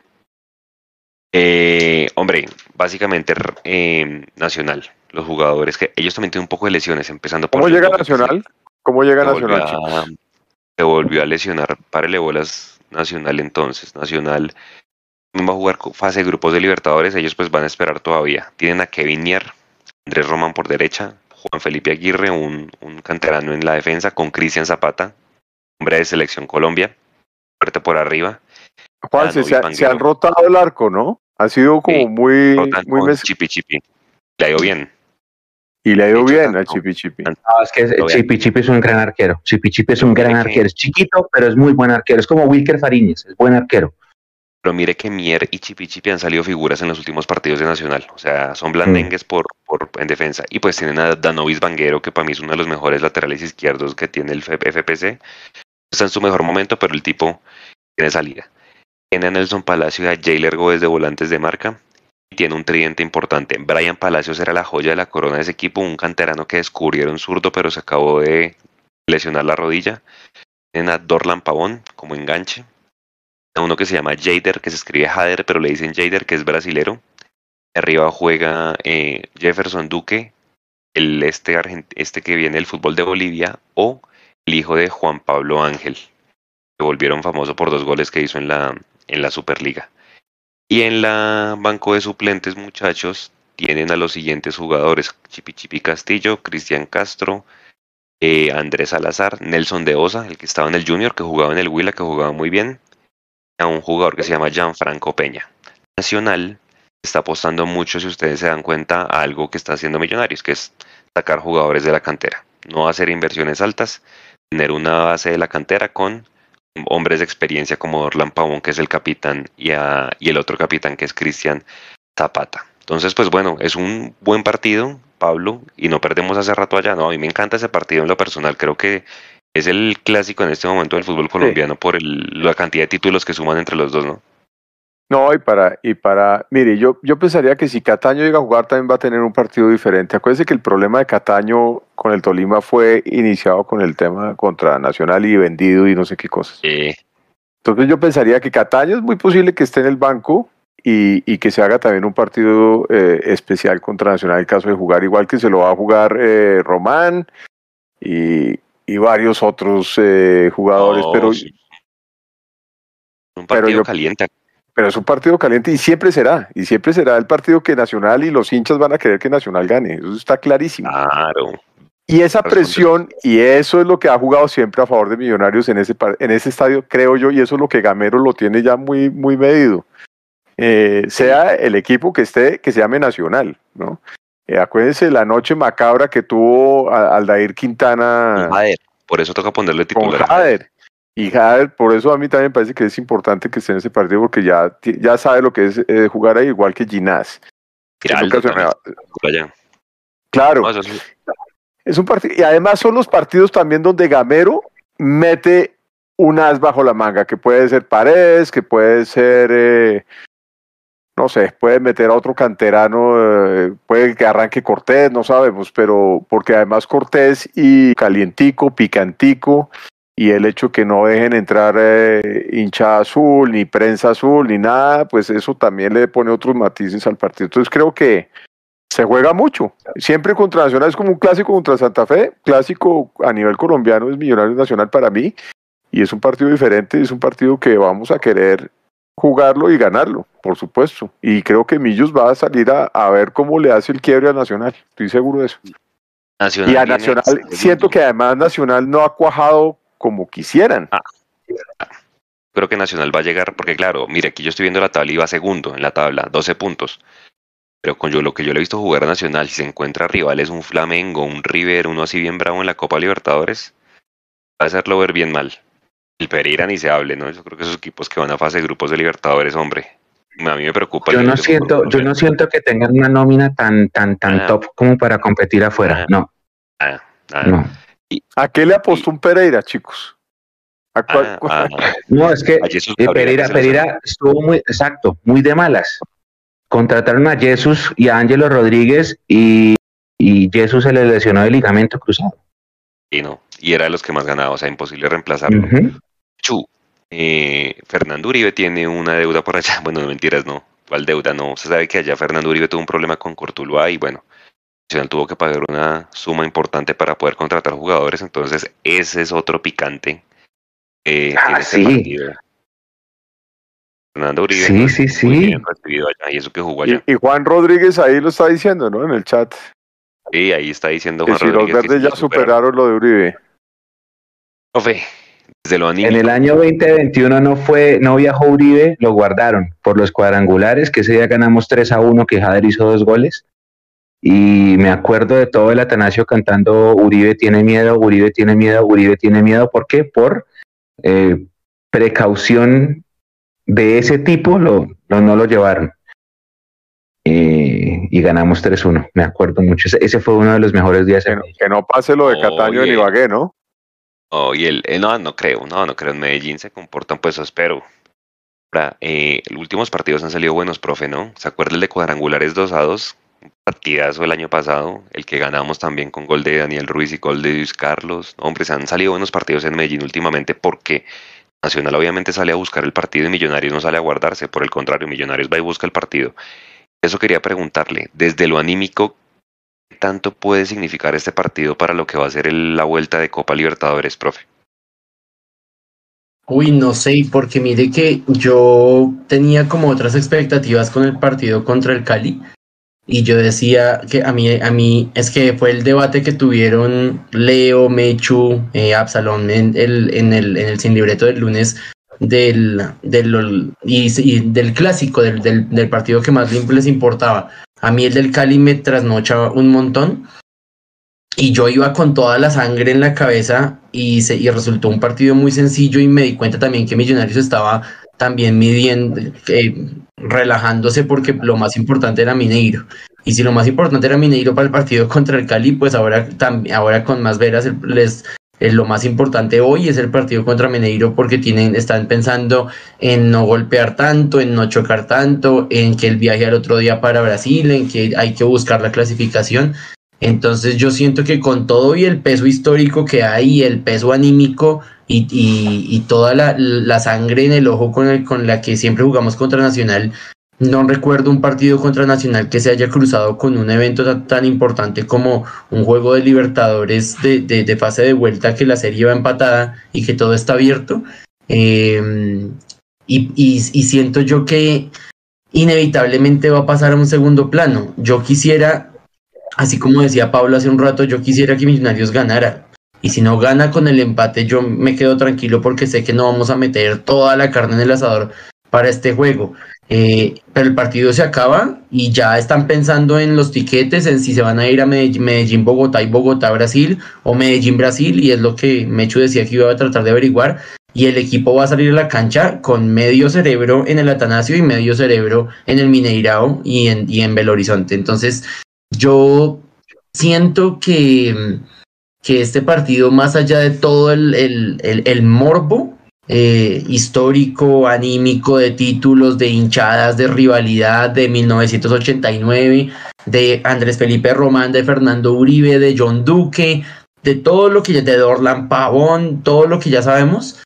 Hombre, básicamente Nacional. Los jugadores que ellos también tienen un poco de lesiones, empezando por... ¿Cómo llega Nacional? ¿Cómo llega Nacional, chicos? Se volvió a lesionar, párele bolas Nacional entonces. Nacional va a jugar fase de grupos de Libertadores, ellos pues van a esperar todavía. Tienen a Kevin Mier, Andrés Román por derecha, Juan Felipe Aguirre, un canterano en la defensa, con Cristian Zapata, hombre de Selección Colombia, fuerte por arriba. Juan, se han rotado el arco, ¿no? Ha sido como muy Chipi. Le ha ido bien. Y le ha ido bien al Chipi. Es que Chipi es un gran arquero. Chipi es un gran arquero. Es chiquito, pero es muy buen arquero. Es como Wilker Fariñez, es buen arquero. Pero mire que Mier y Chipi han salido figuras en los últimos partidos de Nacional. O sea, son blandengues en defensa. Y pues tienen a Danovis Vanguero, que para mí es uno de los mejores laterales izquierdos que tiene el FPC. Está en su mejor momento, pero el tipo tiene salida. Tiene a Nelson Palacio y a Jailer Gómez de volantes de marca. Y tiene un tridente importante. Brian Palacios era la joya de la corona de ese equipo, un canterano que descubrieron zurdo, pero se acabó de lesionar la rodilla. Tienen a Dorlan Pavón como enganche. A uno que se llama Jader, que se escribe Jader, pero le dicen Jader, que es brasilero. Arriba juega Jefferson Duque, este que viene del fútbol de Bolivia, o el hijo de Juan Pablo Ángel, que volvieron famoso por 2 goles que hizo en la Superliga. Y en la banco de suplentes, muchachos, tienen a los siguientes jugadores: Chipi Castillo, Cristian Castro, Andrés Salazar, Nelson de Osa, el que estaba en el Junior, que jugaba en el Huila, que jugaba muy bien, a un jugador que se llama Gianfranco Peña. Nacional está apostando mucho, si ustedes se dan cuenta, a algo que está haciendo Millonarios, que es sacar jugadores de la cantera. No hacer inversiones altas, tener una base de la cantera con hombres de experiencia como Dorlan Pavón, que es el capitán, y el otro capitán, que es Cristian Zapata. Entonces, pues bueno, es un buen partido, Pablo, y no perdemos hace rato allá. No, a mí me encanta ese partido en lo personal. Creo que es el clásico en este momento del fútbol colombiano por la cantidad de títulos que suman entre los dos, ¿no? No, mire, yo pensaría que si Cataño llega a jugar también va a tener un partido diferente. Acuérdense que el problema de Cataño con el Tolima fue iniciado con el tema contra Nacional y vendido y no sé qué cosas. Entonces yo pensaría que Cataño es muy posible que esté en el banco y que se haga también un partido especial contra Nacional en caso de jugar, igual que se lo va a jugar Román y varios otros jugadores. Un partido caliente. Pero es un partido caliente y siempre será el partido que Nacional y los hinchas van a querer que Nacional gane, eso está clarísimo. Claro. Y esa presión, y eso es lo que ha jugado siempre a favor de Millonarios en ese estadio, creo yo, y eso es lo que Gamero lo tiene ya muy, muy medido. Sea el equipo que esté, que se llame Nacional, ¿no? Acuérdense la noche macabra que tuvo Aldair Quintana. Por eso toca ponerle titular. Con Jader. Y Jader, por eso a mí también me parece que es importante que esté en ese partido, porque ya sabe lo que es jugar ahí, igual que Ginás. Claro. No, sí. Es un partido, y además son los partidos también donde Gamero mete un as bajo la manga, que puede ser Paredes, que puede ser, no sé, puede meter a otro canterano, puede que arranque Cortés, no sabemos, pero porque además Cortés y calientico, picantico, y el hecho que no dejen entrar hincha azul, ni prensa azul, ni nada, pues eso también le pone otros matices al partido. Entonces creo que se juega mucho. Siempre contra Nacional es como un clásico contra Santa Fe. Clásico a nivel colombiano es Millonarios Nacional para mí, y es un partido diferente, es un partido que vamos a querer jugarlo y ganarlo, por supuesto. Y creo que Millos va a salir a ver cómo le hace el quiebre a Nacional. Estoy seguro de eso. Y a Nacional, siento que además Nacional no ha cuajado como quisieran. Creo que Nacional va a llegar, porque claro, mire, aquí yo estoy viendo la tabla y va segundo en la tabla, 12 puntos. Pero con lo que yo le he visto jugar a Nacional, si se encuentra rivales, un Flamengo, un River, uno así bien bravo en la Copa Libertadores, va a hacerlo ver bien mal. El Pereira ni se hable, ¿no? Yo creo que esos equipos que van a fase de grupos de Libertadores, hombre, a mí me preocupa. Yo no siento que tengan una nómina tan top como para competir afuera, no. No. ¿A qué le apostó un Pereira, chicos? No, es que Pereira estuvo muy de malas. Contrataron a Jesús y a Ángelo Rodríguez y Jesús se le lesionó el ligamento cruzado. Y era de los que más ganaba, o sea, imposible reemplazarlo. Fernando Uribe tiene una deuda por allá. Bueno, no, mentiras, no. ¿Cuál deuda? No. Se sabe que allá Fernando Uribe tuvo un problema con Cortuluá y bueno, Nacional tuvo que pagar una suma importante para poder contratar jugadores, entonces ese es otro picante. Partido. Fernando Uribe. Sí. Muy bien recibido allá, y eso que jugó allá. Y Juan Rodríguez ahí lo está diciendo, ¿no? En el chat. Sí, ahí está diciendo Que Juan si los Rodríguez que verdes sí ya superaron lo de Uribe. Profe, desde lo En el anímico. año 2021 no viajó Uribe, lo guardaron por los cuadrangulares, que ese día ganamos 3-1, que Jader hizo 2 goles. Y me acuerdo de todo el Atanasio cantando Uribe tiene miedo, Uribe tiene miedo, Uribe tiene miedo. ¿Por qué? Por precaución de ese tipo no lo llevaron. Y ganamos 3-1, me acuerdo mucho. Ese fue uno de los mejores días. Que no pase lo de Cataño en Ibagué, ¿no? Oh, y no creo en Medellín se comportan, pues eso espero. Ahora, los últimos partidos han salido buenos, profe, ¿no? ¿Se acuerda el de cuadrangulares 2-2? Un partidazo el año pasado, el que ganamos también con gol de Daniel Ruiz y gol de Luis Carlos. Hombre, se han salido buenos partidos en Medellín últimamente porque Nacional obviamente sale a buscar el partido y Millonarios no sale a guardarse. Por el contrario, Millonarios va y busca el partido. Eso quería preguntarle, desde lo anímico, ¿qué tanto puede significar este partido para lo que va a ser la vuelta de Copa Libertadores, profe? Uy, no sé, porque mire que yo tenía como otras expectativas con el partido contra el Cali y yo decía que a mí es que fue el debate que tuvieron Leo, Mechu, Absalón en el sin libreto del lunes y del clásico, del partido que más les importaba. A mí el del Cali me trasnochaba un montón. Y yo iba con toda la sangre en la cabeza y resultó un partido muy sencillo y me di cuenta también que Millonarios estaba también midiendo, relajándose porque lo más importante era Mineiro. Y si lo más importante era Mineiro para el partido contra el Cali, pues ahora con más veras lo más importante hoy es el partido contra Mineiro porque están pensando en no golpear tanto, en no chocar tanto, en que el viaje al otro día para Brasil, en que hay que buscar la clasificación. Entonces yo siento que con todo y el peso histórico que hay, el peso anímico y toda la sangre en el ojo con la que siempre jugamos contra Nacional, no recuerdo un partido contra Nacional que se haya cruzado con un evento tan importante como un juego de Libertadores de fase de vuelta, que la serie va empatada y que todo está abierto. Y siento yo que inevitablemente va a pasar a un segundo plano. Yo quisiera... Así como decía Pablo hace un rato, yo quisiera que Millonarios ganara. Y si no gana con el empate, yo me quedo tranquilo porque sé que no vamos a meter toda la carne en el asador para este juego. Pero el partido se acaba y ya están pensando en los tiquetes, en si se van a ir a Medellín, Bogotá y Bogotá, Brasil, o Medellín, Brasil, y es lo que Mechu decía que iba a tratar de averiguar. Y el equipo va a salir a la cancha con medio cerebro en el Atanasio y medio cerebro en el Mineirao y en Belo Horizonte. Entonces, yo siento que este partido, más allá de todo el morbo histórico, anímico, de títulos, de hinchadas, de rivalidad de 1989, de Andrés Felipe Román, de Fernando Uribe, de John Duque, de todo lo que ya, de Dorlan Pavón, todo lo que ya sabemos,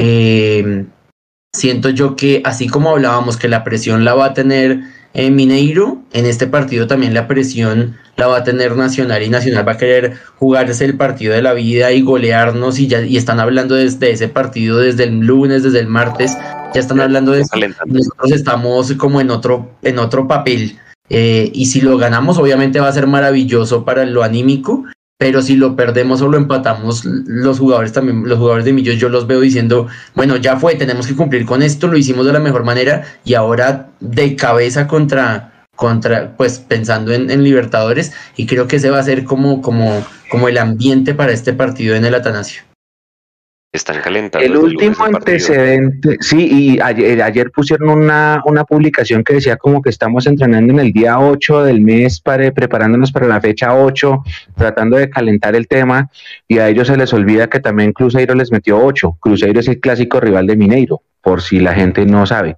siento yo que así como hablábamos que la presión la va a tener Mineiro, en este partido también la presión la va a tener Nacional y Nacional va a querer jugarse el partido de la vida y golearnos y están hablando desde ese partido desde el lunes, desde el martes, ya están hablando de eso. Nosotros estamos como en otro papel y si lo ganamos obviamente va a ser maravilloso para lo anímico, pero si lo perdemos o lo empatamos, los jugadores de Millos, yo los veo diciendo, bueno, ya fue, tenemos que cumplir con esto, lo hicimos de la mejor manera y ahora de cabeza contra pues pensando en Libertadores, y creo que ese va a ser como el ambiente para este partido en el Atanasio. Están calentando. El último antecedente, sí, y ayer pusieron una publicación que decía como que estamos entrenando en el día 8 del mes, preparándonos para la fecha 8, tratando de calentar el tema, y a ellos se les olvida que también Cruzeiro les metió 8. Cruzeiro es el clásico rival de Mineiro, por si la gente no sabe.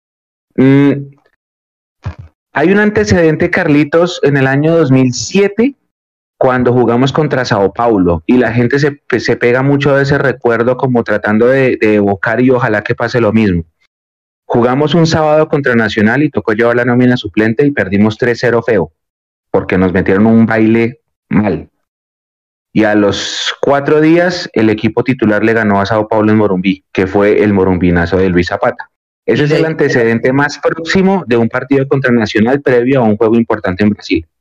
Hay un antecedente, Carlitos, en el año 2007, cuando jugamos contra Sao Paulo, y la gente se pega mucho de ese recuerdo como tratando de evocar, y ojalá que pase lo mismo. Jugamos un sábado contra Nacional y tocó llevar la nómina suplente y perdimos 3-0 feo, porque nos metieron un baile mal. Y a los 4 días el equipo titular le ganó a Sao Paulo en Morumbí, que fue el morumbinazo de Luis Zapata. Ese es el antecedente más próximo de un partido contra Nacional previo a un juego importante en Brasil.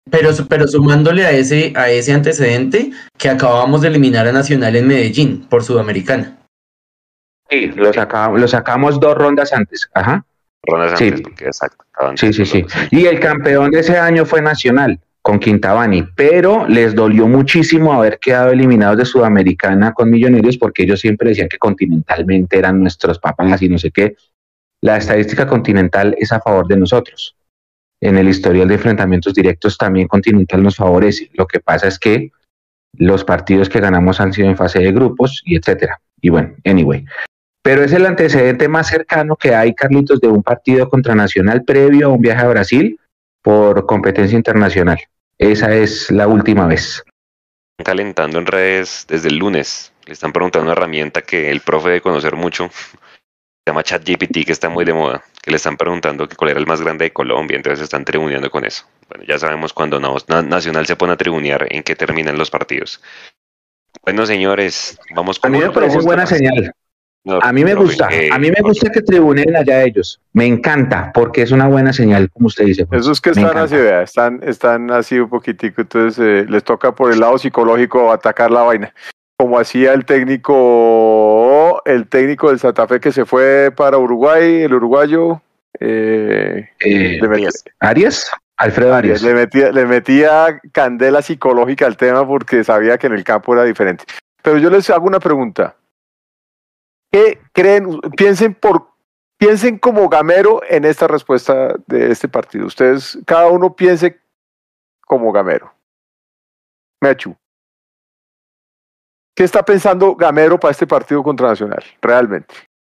Pero sumándole a ese antecedente que acabamos de eliminar a Nacional en Medellín por Sudamericana. Sí, lo sacamos 2 rondas antes. Ajá. Rondas Sí. antes, porque exacto. Sí. Y el campeón de ese año fue Nacional, con Quintabani, pero les dolió muchísimo haber quedado eliminados de Sudamericana con Millonarios, porque ellos siempre decían que continentalmente eran nuestros papás y no sé qué. La estadística continental es a favor de nosotros. En el historial de enfrentamientos directos también Continental nos favorece. Lo que pasa es que los partidos que ganamos han sido en fase de grupos y etcétera. Y bueno, anyway. Pero es el antecedente más cercano que hay, Carlitos, de un partido contra Nacional previo a un viaje a Brasil por competencia internacional. Esa es la última vez. Calentando en redes desde el lunes. Le están preguntando una herramienta que el profe debe conocer mucho. Se llama ChatGPT, que está muy de moda. Que le están preguntando que cuál era el más grande de Colombia. Entonces se están tribuneando con eso. Bueno, ya sabemos cuando Nacional se pone a tribunear en qué terminan los partidos. Bueno, señores, vamos con... A mí me parece buena señal. No, a mí me gusta que tribunen allá ellos. Me encanta, porque es una buena señal, como usted dice. Pues. Esos que están así, vea, están así un poquitico, entonces les toca por el lado psicológico atacar la vaina. Como hacía el técnico del Santa Fe que se fue para Uruguay, el uruguayo. ¿Arias? Alfredo Arias. Le metía candela psicológica al tema porque sabía que en el campo era diferente. Pero yo les hago una pregunta. ¿Qué creen? Piensen como Gamero en esta respuesta de este partido. Ustedes, cada uno piense como Gamero. Mechu. ¿Qué está pensando Gamero para este partido contra Nacional? Realmente.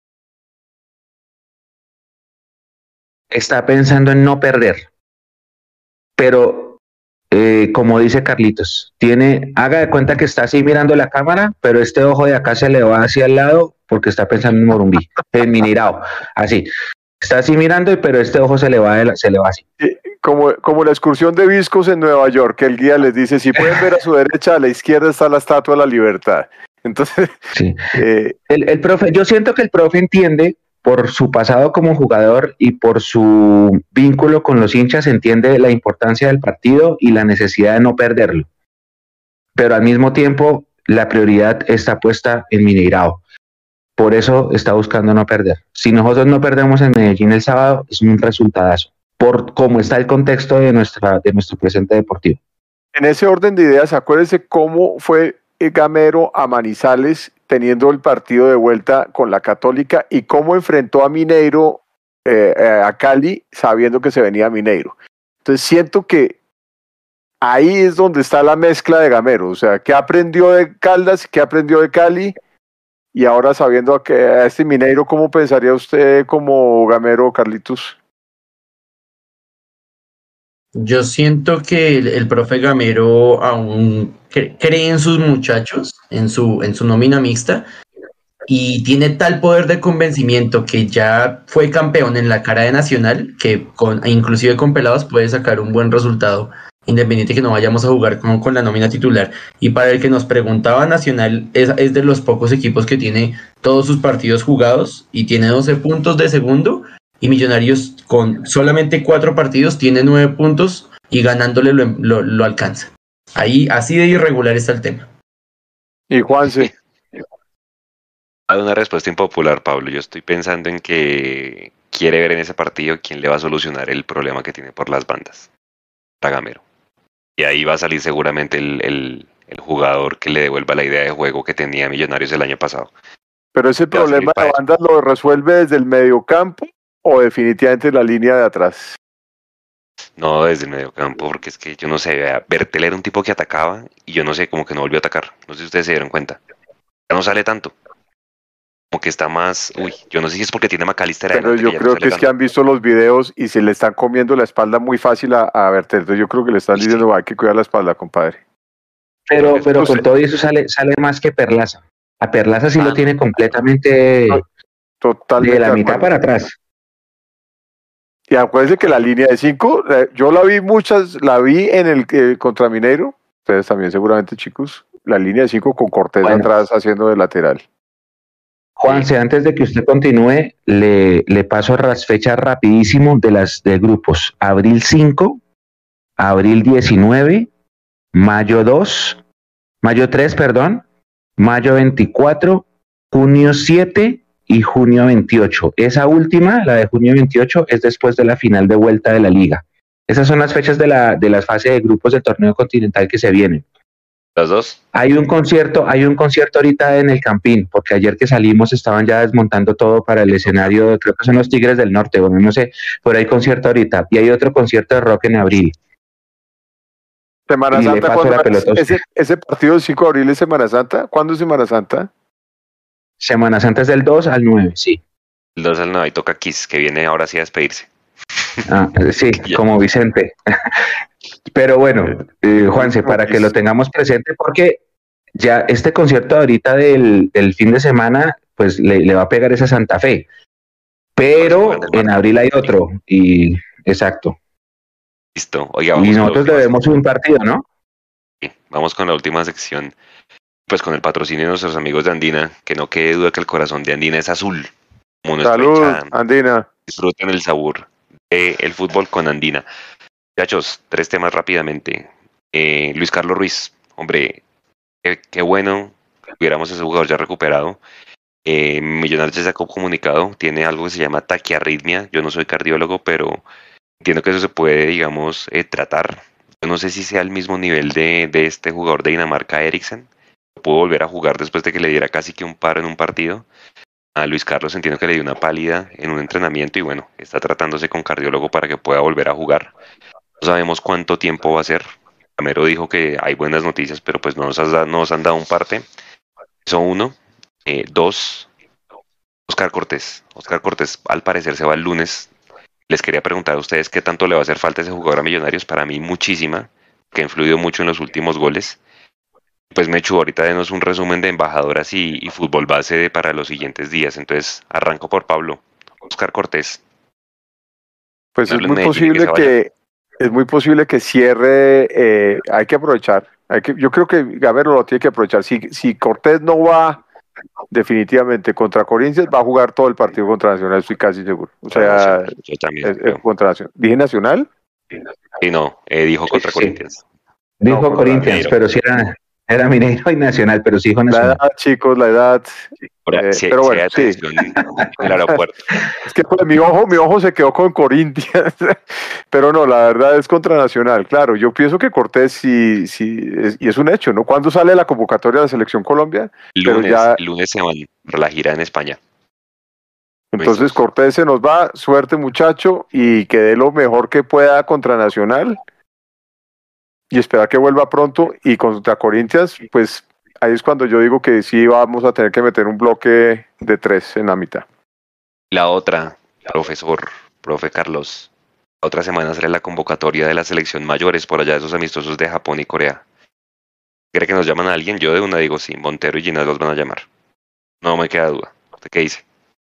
Está pensando en no perder. Pero, como dice Carlitos, haga de cuenta que está así mirando la cámara, pero este ojo de acá se le va hacia el lado porque está pensando en Morumbí, en Mineirao, así. Está así mirando, pero este ojo se le va así. Como la excursión de Viscos en Nueva York, que el guía les dice, si pueden ver a su derecha, a la izquierda está la Estatua de la Libertad. Entonces, sí. El profe, yo siento que el profe entiende, por su pasado como jugador y por su vínculo con los hinchas, entiende la importancia del partido y la necesidad de no perderlo. Pero al mismo tiempo, la prioridad está puesta en Mineirao. Por eso está buscando no perder. Si nosotros no perdemos en Medellín el sábado, es un resultadazo, por cómo está el contexto de nuestro presente deportivo. En ese orden de ideas, acuérdense cómo fue Gamero a Manizales teniendo el partido de vuelta con la Católica y cómo enfrentó a Mineiro, a Cali, sabiendo que se venía Mineiro. Entonces siento que ahí es donde está la mezcla de Gamero, o sea, ¿qué aprendió de Caldas, qué aprendió de Cali? Y ahora sabiendo a este Mineiro, ¿cómo pensaría usted como Gamero, Carlitos? Yo siento que el profe Gamero aún cree en sus muchachos, en su nómina mixta, y tiene tal poder de convencimiento que ya fue campeón en la cara de Nacional, que inclusive con pelados puede sacar un buen resultado, independiente que no vayamos a jugar con la nómina titular. Y para el que nos preguntaba, Nacional es de los pocos equipos que tiene todos sus partidos jugados y tiene 12 puntos de segundo. Y Millonarios con solamente 4 partidos tiene 9 puntos y ganándole lo alcanza. Ahí así de irregular está el tema. Y Juanse. Hay una respuesta impopular, Pablo. Yo estoy pensando en que quiere ver en ese partido quién le va a solucionar el problema que tiene por las bandas. Gamero. Y ahí va a salir seguramente el jugador que le devuelva la idea de juego que tenía Millonarios el año pasado. Pero ese problema de bandas lo resuelve desde el mediocampo o definitivamente la línea de atrás. No, desde el mediocampo, porque es que yo no sé, Bertel era un tipo que atacaba y yo no sé, como que no volvió a atacar. No sé si ustedes se dieron cuenta. Ya no sale tanto. Como que está más, yo no sé si es porque tiene McAllister adelante. Pero yo creo que es que han visto los videos y se le están comiendo la espalda muy fácil a Bertel. Entonces yo creo que le están diciendo, hay que cuidar la espalda, compadre. Pero con todo eso sale más que Perlaza. A Perlaza sí lo tiene completamente totalmente de la mitad para atrás. Y acuérdense que la línea de 5, yo la vi en el contra Mineiro, ustedes también seguramente, chicos, la línea de 5 con Cortés atrás haciendo de lateral. Juanse, antes de que usted continúe, le paso a las fechas rapidísimo de grupos. Abril 5, abril 19, mayo 2, mayo 3, perdón, mayo 24, junio 7 y junio 28. Esa última, la de junio 28, es después de la final de vuelta de la liga. Esas son las fechas de las fases de grupos del torneo continental que se vienen. ¿Las dos? Hay un concierto ahorita en el Campín, porque ayer que salimos estaban ya desmontando todo para el escenario, creo que son los Tigres del Norte, bueno, no sé, pero hay concierto ahorita, y hay otro concierto de rock en abril. Semana Y le Santa, paso ¿cuándo la pelota a usted. ese partido del 5 de abril es Semana Santa? ¿Cuándo es Semana Santa? Semana Santa es del 2 al 9, sí. El 2 al 9 toca Kiss, que viene ahora sí a despedirse. Sí, Ya. como Vicente. Pero bueno, Juanse, para que lo tengamos presente, porque ya este concierto ahorita del fin de semana, pues le va a pegar esa Santa Fe. Pero en abril hay otro, y exacto. Listo. Oiga, Y vamos con la nosotros última debemos un partido, ¿no? sección. Vamos con la última sección. Pues con el patrocinio de nuestros amigos de Andina, que no quede duda que el corazón de Andina es azul. Como nuestra Salud, hinchada. Andina. Disfruten el sabor del fútbol con Andina. Muchachos, 3 temas rápidamente. Luis Carlos Ruiz, hombre, qué bueno que hubiéramos ese jugador ya recuperado. Millonarios ya sacó comunicado, tiene algo que se llama taquiarritmia. Yo no soy cardiólogo, pero entiendo que eso se puede, digamos, tratar. Yo no sé si sea el mismo nivel de este jugador de Dinamarca, Eriksen. Pudo volver a jugar después de que le diera casi que un paro en un partido. A Luis Carlos entiendo que le dio una pálida en un entrenamiento y bueno, está tratándose con cardiólogo para que pueda volver a jugar. No sabemos cuánto tiempo va a ser. Camero dijo que hay buenas noticias, pero pues no nos han dado un parte. Eso uno. 2. Oscar Cortés. Oscar Cortés al parecer se va el lunes. Les quería preguntar a ustedes qué tanto le va a hacer falta ese jugador a Millonarios. Para mí muchísima, que ha influido mucho en los últimos goles. Pues Mechu, ahorita denos un resumen de embajadoras y fútbol base para los siguientes días. Entonces arranco por Pablo. Oscar Cortés. Pues es Hablo en muy Medellín y posible se vaya. que cierre, hay que aprovechar. Yo creo que Gamero lo tiene que aprovechar. Si Cortés no va definitivamente contra Corinthians, va a jugar todo el partido contra Nacional, estoy casi seguro. O sea, Yo también es creo. contra Nacional. ¿Dije Nacional? Sí, no, dijo contra Sí. Corinthians. Dijo No, Corinthians, Mineiro. pero sí era Mineiro y Nacional, pero sí dijo La Nacional. edad, chicos, la edad. Ahora, si Pero hay bueno, sí. atención en el aeropuerto. Es que pues, mi ojo se quedó con Corinthians, pero no, la verdad es contra Nacional. Claro, yo pienso que Cortés y es un hecho, ¿no? ¿Cuándo sale la convocatoria de la Selección Colombia? Pero ya, El lunes se van por la gira en España. entonces Listo. Cortés se nos va, suerte muchacho, y que dé lo mejor que pueda contra Nacional, y esperar que vuelva pronto, y contra Corinthians, pues ahí es cuando yo digo que sí vamos a tener que meter un bloque de 3 en la mitad. La otra, profe Carlos, la otra semana sale la convocatoria de la selección mayores por allá de esos amistosos de Japón y Corea. ¿Cree que nos llaman a alguien? Yo de una digo sí, Montero y Ginás los van a llamar. No me queda duda. ¿Usted qué dice?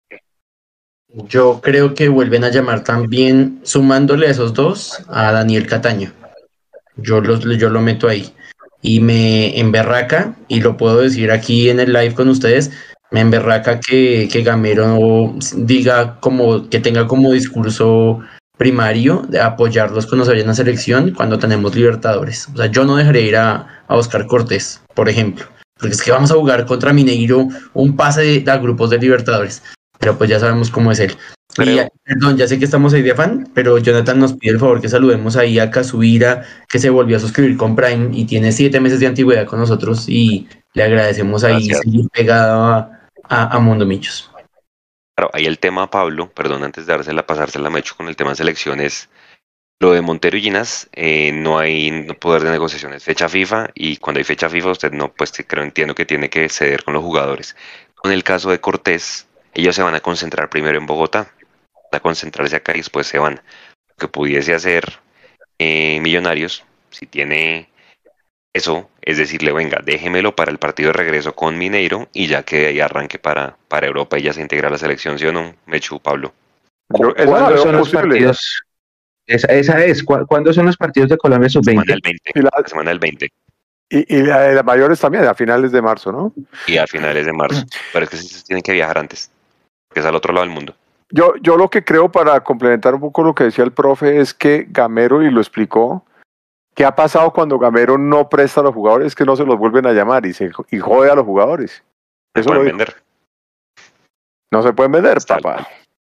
Yo creo que vuelven a llamar también, sumándole a esos dos, a Daniel Cataño. Yo lo meto ahí. Y me emberraca, y lo puedo decir aquí en el live con ustedes, me emberraca que Gamero diga como, que tenga como discurso primario de apoyarlos cuando se vayan a selección cuando tenemos Libertadores. O sea, yo no dejaré ir a Oscar Cortés, por ejemplo. Porque es que vamos a jugar contra Mineiro un pase a grupos de Libertadores. Pero pues ya sabemos cómo es él. Y perdón, ya sé que estamos ahí de afán, pero Jonathan nos pide el favor que saludemos ahí a Kazuira, que se volvió a suscribir con Prime y tiene 7 meses de antigüedad con nosotros y le agradecemos ahí Gracias. seguir pegado a Mundo Millos. Claro, ahí el tema, Pablo, perdón, antes de pasársela me echo con el tema de selecciones. Lo de Montero y Ginás, no hay poder de negociaciones. Fecha FIFA, y cuando hay fecha FIFA, usted no, pues entiendo que tiene que ceder con los jugadores. Con el caso de Cortés, ellos se van a concentrar primero en Bogotá, a concentrarse acá y después se van. Lo que pudiese hacer Millonarios, si tiene eso, es decirle, venga, déjemelo para el partido de regreso con Mineiro y ya que ahí arranque para Europa y ya se integra a la selección, ¿sí o no? Mechu, Pablo. ¿Cuándo son los partidos? Esa es. ¿Cuándo son los partidos de Colombia sub-20? La semana del 20. Y la de las mayores también, a finales de marzo, ¿no? Y a finales de marzo. Pero es que sí tienen que viajar antes, que es al otro lado del mundo. Yo lo que creo, para complementar un poco lo que decía el profe, es que Gamero, y lo explicó, ¿Qué ha pasado cuando Gamero no presta a los jugadores? Es que no se los vuelven a llamar y jode a los jugadores. Se Eso pueden lo dijo. vender. No se pueden vender, Está papá.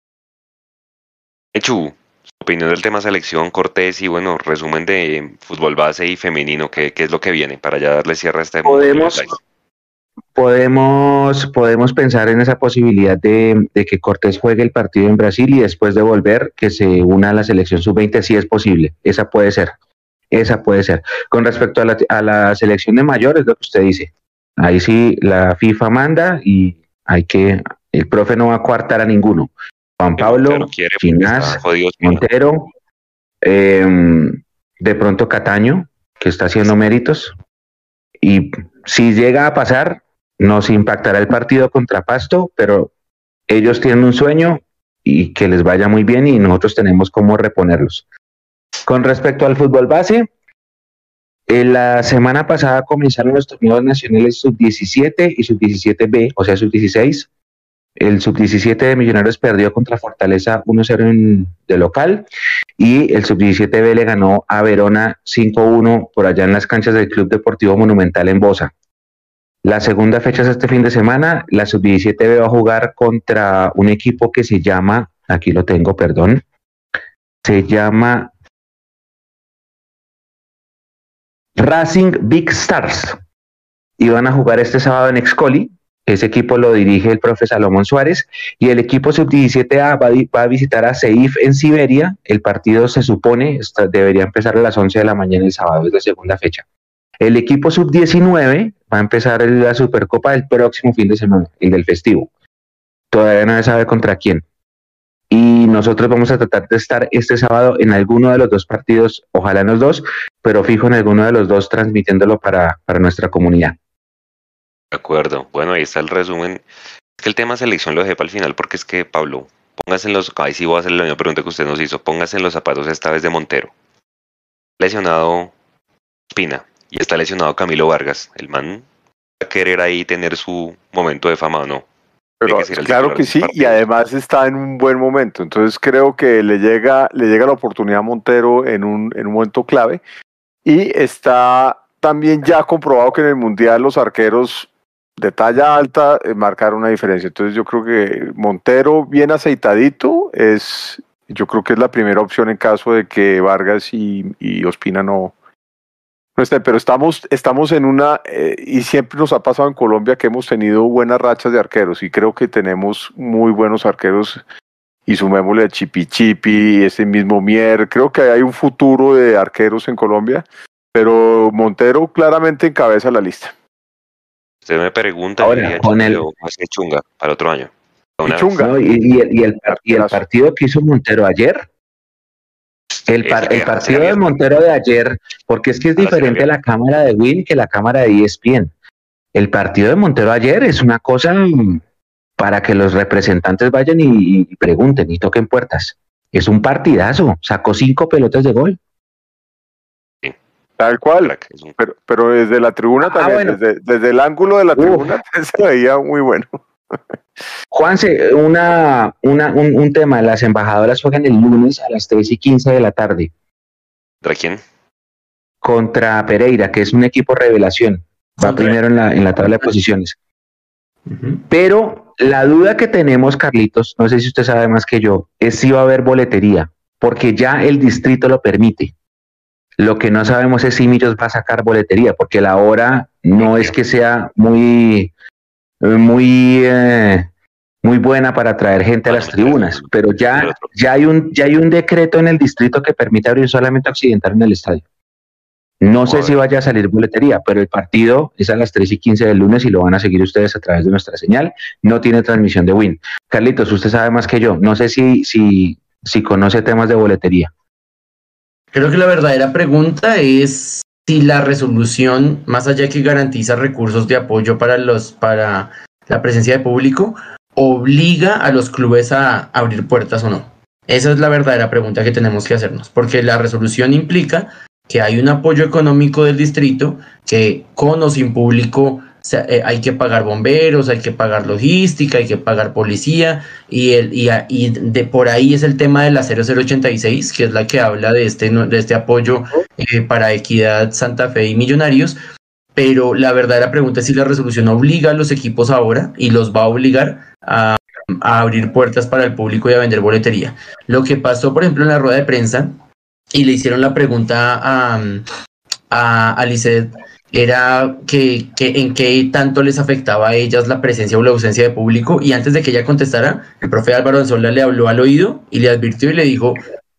Mechu, su opinión del tema selección, Cortés y bueno, resumen de fútbol base y femenino, ¿qué es lo que viene para ya darle cierre a este mundo Podemos, Millos Live? podemos pensar en esa posibilidad de que Cortés juegue el partido en Brasil y después de volver que se una a la selección sub-20 si es posible. Esa puede ser. Con respecto a la selección de mayores, lo que usted dice. Ahí sí la FIFA manda y el profe no va a coartar a ninguno. Juan Pablo, Montero quiere porque Ginás, está jodido Ospina. Montero, de pronto Cataño, que está haciendo méritos. Y si llega a pasar, nos impactará el partido contra Pasto, pero ellos tienen un sueño y que les vaya muy bien y nosotros tenemos cómo reponerlos. Con respecto al fútbol base, la semana pasada comenzaron los torneos nacionales sub-17 y sub-17B, o sea, sub-16. El sub-17 de Millonarios perdió contra Fortaleza 1-0 de local y el sub-17B le ganó a Verona 5-1 por allá en las canchas del Club Deportivo Monumental en Bosa. La segunda fecha es este fin de semana. La sub-17B va a jugar contra un equipo que se llama, aquí lo tengo, perdón, se llama Racing Big Stars y van a jugar este sábado en Excoli. Ese equipo lo dirige el profe Salomón Suárez y el equipo sub-17A va a visitar a Seif en Siberia. El partido se supone debería empezar a las 11 de la mañana el sábado, es la segunda fecha. El equipo sub-19 va a empezar la Supercopa del próximo fin de semana, el del festivo. Todavía no se sabe contra quién. Y nosotros vamos a tratar de estar este sábado en alguno de los dos partidos, ojalá en los dos, pero fijo en alguno de los dos transmitiéndolo para nuestra comunidad. De acuerdo. Bueno, ahí está el resumen. Es que el tema selección lo dejé para el final porque es que, Pablo, póngase en los... Ahí sí voy a hacer la misma pregunta que usted nos hizo. Póngase en los zapatos esta vez de Montero. Lesionado Espina y está lesionado Camilo Vargas. El man va a querer ahí tener su momento de fama o no. Pero claro que sí, y además está en un buen momento. Entonces creo que le llega la oportunidad a Montero en un momento clave. Y está también ya comprobado que en el Mundial los arqueros de talla alta marcaron una diferencia. Entonces yo creo que Montero bien aceitadito yo creo que es la primera opción en caso de que Vargas y Ospina no estén. Pero estamos en una, y siempre nos ha pasado en Colombia que hemos tenido buenas rachas de arqueros y creo que tenemos muy buenos arqueros y sumémosle a Chipi, ese mismo Mier. Creo que hay un futuro de arqueros en Colombia, pero Montero claramente encabeza la lista. Usted me pregunta, ahora, con el Chunga para otro año. No, y el partido que hizo Montero ayer, el partido de Montero de ayer, porque es que es diferente la cámara de Win que la cámara de ESPN. El partido de Montero ayer es una cosa para que los representantes vayan y pregunten y toquen puertas. Es un partidazo, sacó 5 pelotas de gol. Tal cual, pero desde la tribuna también, bueno. desde el ángulo de la tribuna se veía muy bueno. Juanse, un tema, las embajadoras juegan el lunes a las 3:15 de la tarde. ¿Contra quién? Contra Pereira, que es un equipo revelación. Va primero en la tabla de posiciones. Pero la duda que tenemos, Carlitos, no sé si usted sabe más que yo, es si va a haber boletería, porque ya el distrito lo permite. Lo que no sabemos es si Millos va a sacar boletería, porque la hora no es que sea muy buena para atraer gente a las tribunas, pero ya hay un decreto en el distrito que permite abrir solamente occidental en el estadio. No sé si vaya a salir boletería, pero el partido es a las 3:15 del lunes y lo van a seguir ustedes a través de nuestra señal. No tiene transmisión de Win. Carlitos, usted sabe más que yo. No sé si conoce temas de boletería. Creo que la verdadera pregunta es si la resolución, más allá que garantiza recursos de apoyo para la presencia de público, obliga a los clubes a abrir puertas o no. Esa es la verdadera pregunta que tenemos que hacernos, porque la resolución implica que hay un apoyo económico del distrito que con o sin público hay que pagar bomberos, hay que pagar logística, hay que pagar policía, y de por ahí es el tema de la 0086, que es la que habla de este apoyo para Equidad, Santa Fe y Millonarios. Pero la verdadera pregunta es si la resolución obliga a los equipos ahora, y los va a obligar a abrir puertas para el público y a vender boletería. Lo que pasó, por ejemplo, en la rueda de prensa, y le hicieron la pregunta a Lisset, era que en qué tanto les afectaba a ellas la presencia o la ausencia de público, y antes de que ella contestara, el profe Álvaro Anzola le habló al oído y le advirtió y le dijo,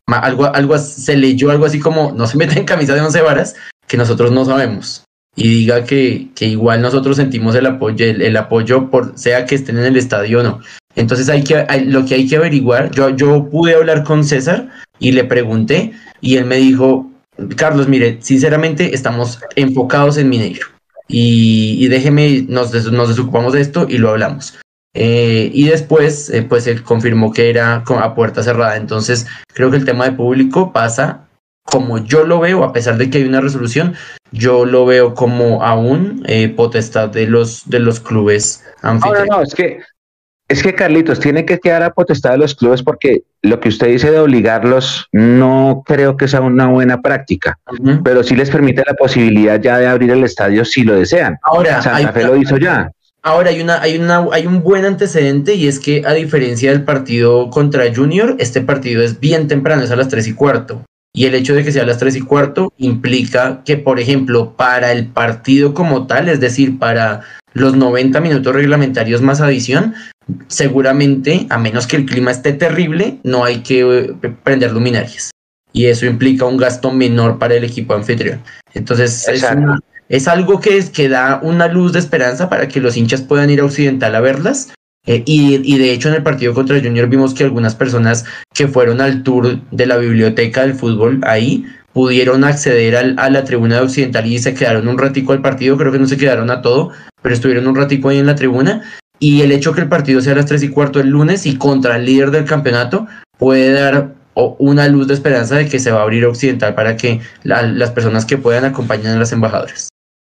se leyó algo así como, no se meta en camisa de 11 varas, que nosotros no sabemos. Y diga que igual nosotros sentimos el apoyo por sea que estén en el estadio o no. Entonces lo que hay que averiguar, yo pude hablar con César y le pregunté, y él me dijo, Carlos, mire, sinceramente estamos enfocados en Mineiro, y déjeme, nos desocupamos de esto y lo hablamos. Y después, pues él confirmó que era a puerta cerrada. Entonces creo que el tema de público pasa, como yo lo veo, a pesar de que hay una resolución, yo lo veo como aún potestad de los clubes anfitriones. No, es que Carlitos, tiene que quedar a potestad de los clubes, porque lo que usted dice de obligarlos no creo que sea una buena práctica, pero sí les permite la posibilidad ya de abrir el estadio si lo desean. Ahora, Santa Fe lo hizo ya. Ahora hay un buen antecedente, y es que a diferencia del partido contra Junior, este partido es bien temprano, es a las 3:15. Y el hecho de que sea a las 3:15 implica que, por ejemplo, para el partido como tal, es decir, para los 90 minutos reglamentarios más adición, seguramente, a menos que el clima esté terrible, no hay que prender luminarias. Y eso implica un gasto menor para el equipo anfitrión. Entonces, es algo que da una luz de esperanza para que los hinchas puedan ir a Occidental a verlas. Y de hecho en el partido contra Junior vimos que algunas personas que fueron al tour de la biblioteca del fútbol ahí pudieron acceder a la tribuna de Occidental y se quedaron un ratico al partido. Creo que no se quedaron a todo, pero estuvieron un ratico ahí en la tribuna. Y el hecho que el partido sea a las 3:15 el lunes y contra el líder del campeonato puede dar una luz de esperanza de que se va a abrir Occidental para que las personas que puedan acompañen a las embajadoras.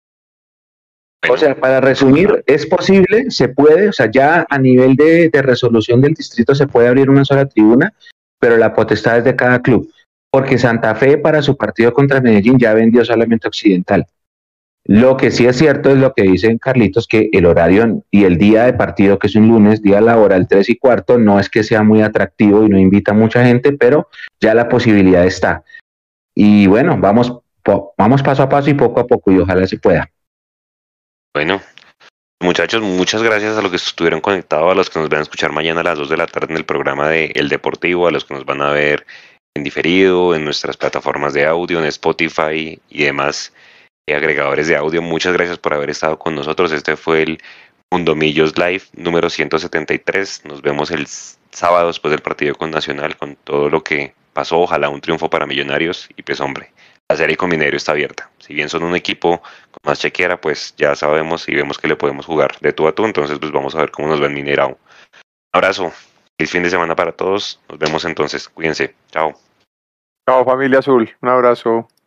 O sea, para resumir, es posible, se puede, o sea, ya a nivel de resolución del distrito se puede abrir una sola tribuna, pero la potestad es de cada club, porque Santa Fe para su partido contra Medellín ya vendió solamente Occidental. Lo que sí es cierto es lo que dicen Carlitos, que el horario y el día de partido, que es un lunes, día laboral 3:15, no es que sea muy atractivo y no invita a mucha gente, pero ya la posibilidad está. Y bueno, vamos paso a paso y poco a poco, y ojalá se pueda. Bueno, muchachos, muchas gracias a los que estuvieron conectados, a los que nos van a escuchar mañana a las 2 de la tarde en el programa de El Deportivo, a los que nos van a ver en diferido, en nuestras plataformas de audio, en Spotify y demás agregadores de audio. Muchas gracias por haber estado con nosotros. Este fue el Mundo Millos Live número 173. Nos vemos el sábado después del partido con Nacional, con todo lo que pasó. Ojalá un triunfo para Millonarios. Y pues hombre, la serie con Mineiro está abierta. Si bien son un equipo con más chequera, pues ya sabemos y vemos que le podemos jugar de tú a tú. Entonces pues vamos a ver cómo nos va en Mineirao. Un abrazo. Feliz fin de semana para todos. Nos vemos entonces. Cuídense. Chao. Chao, familia azul. Un abrazo.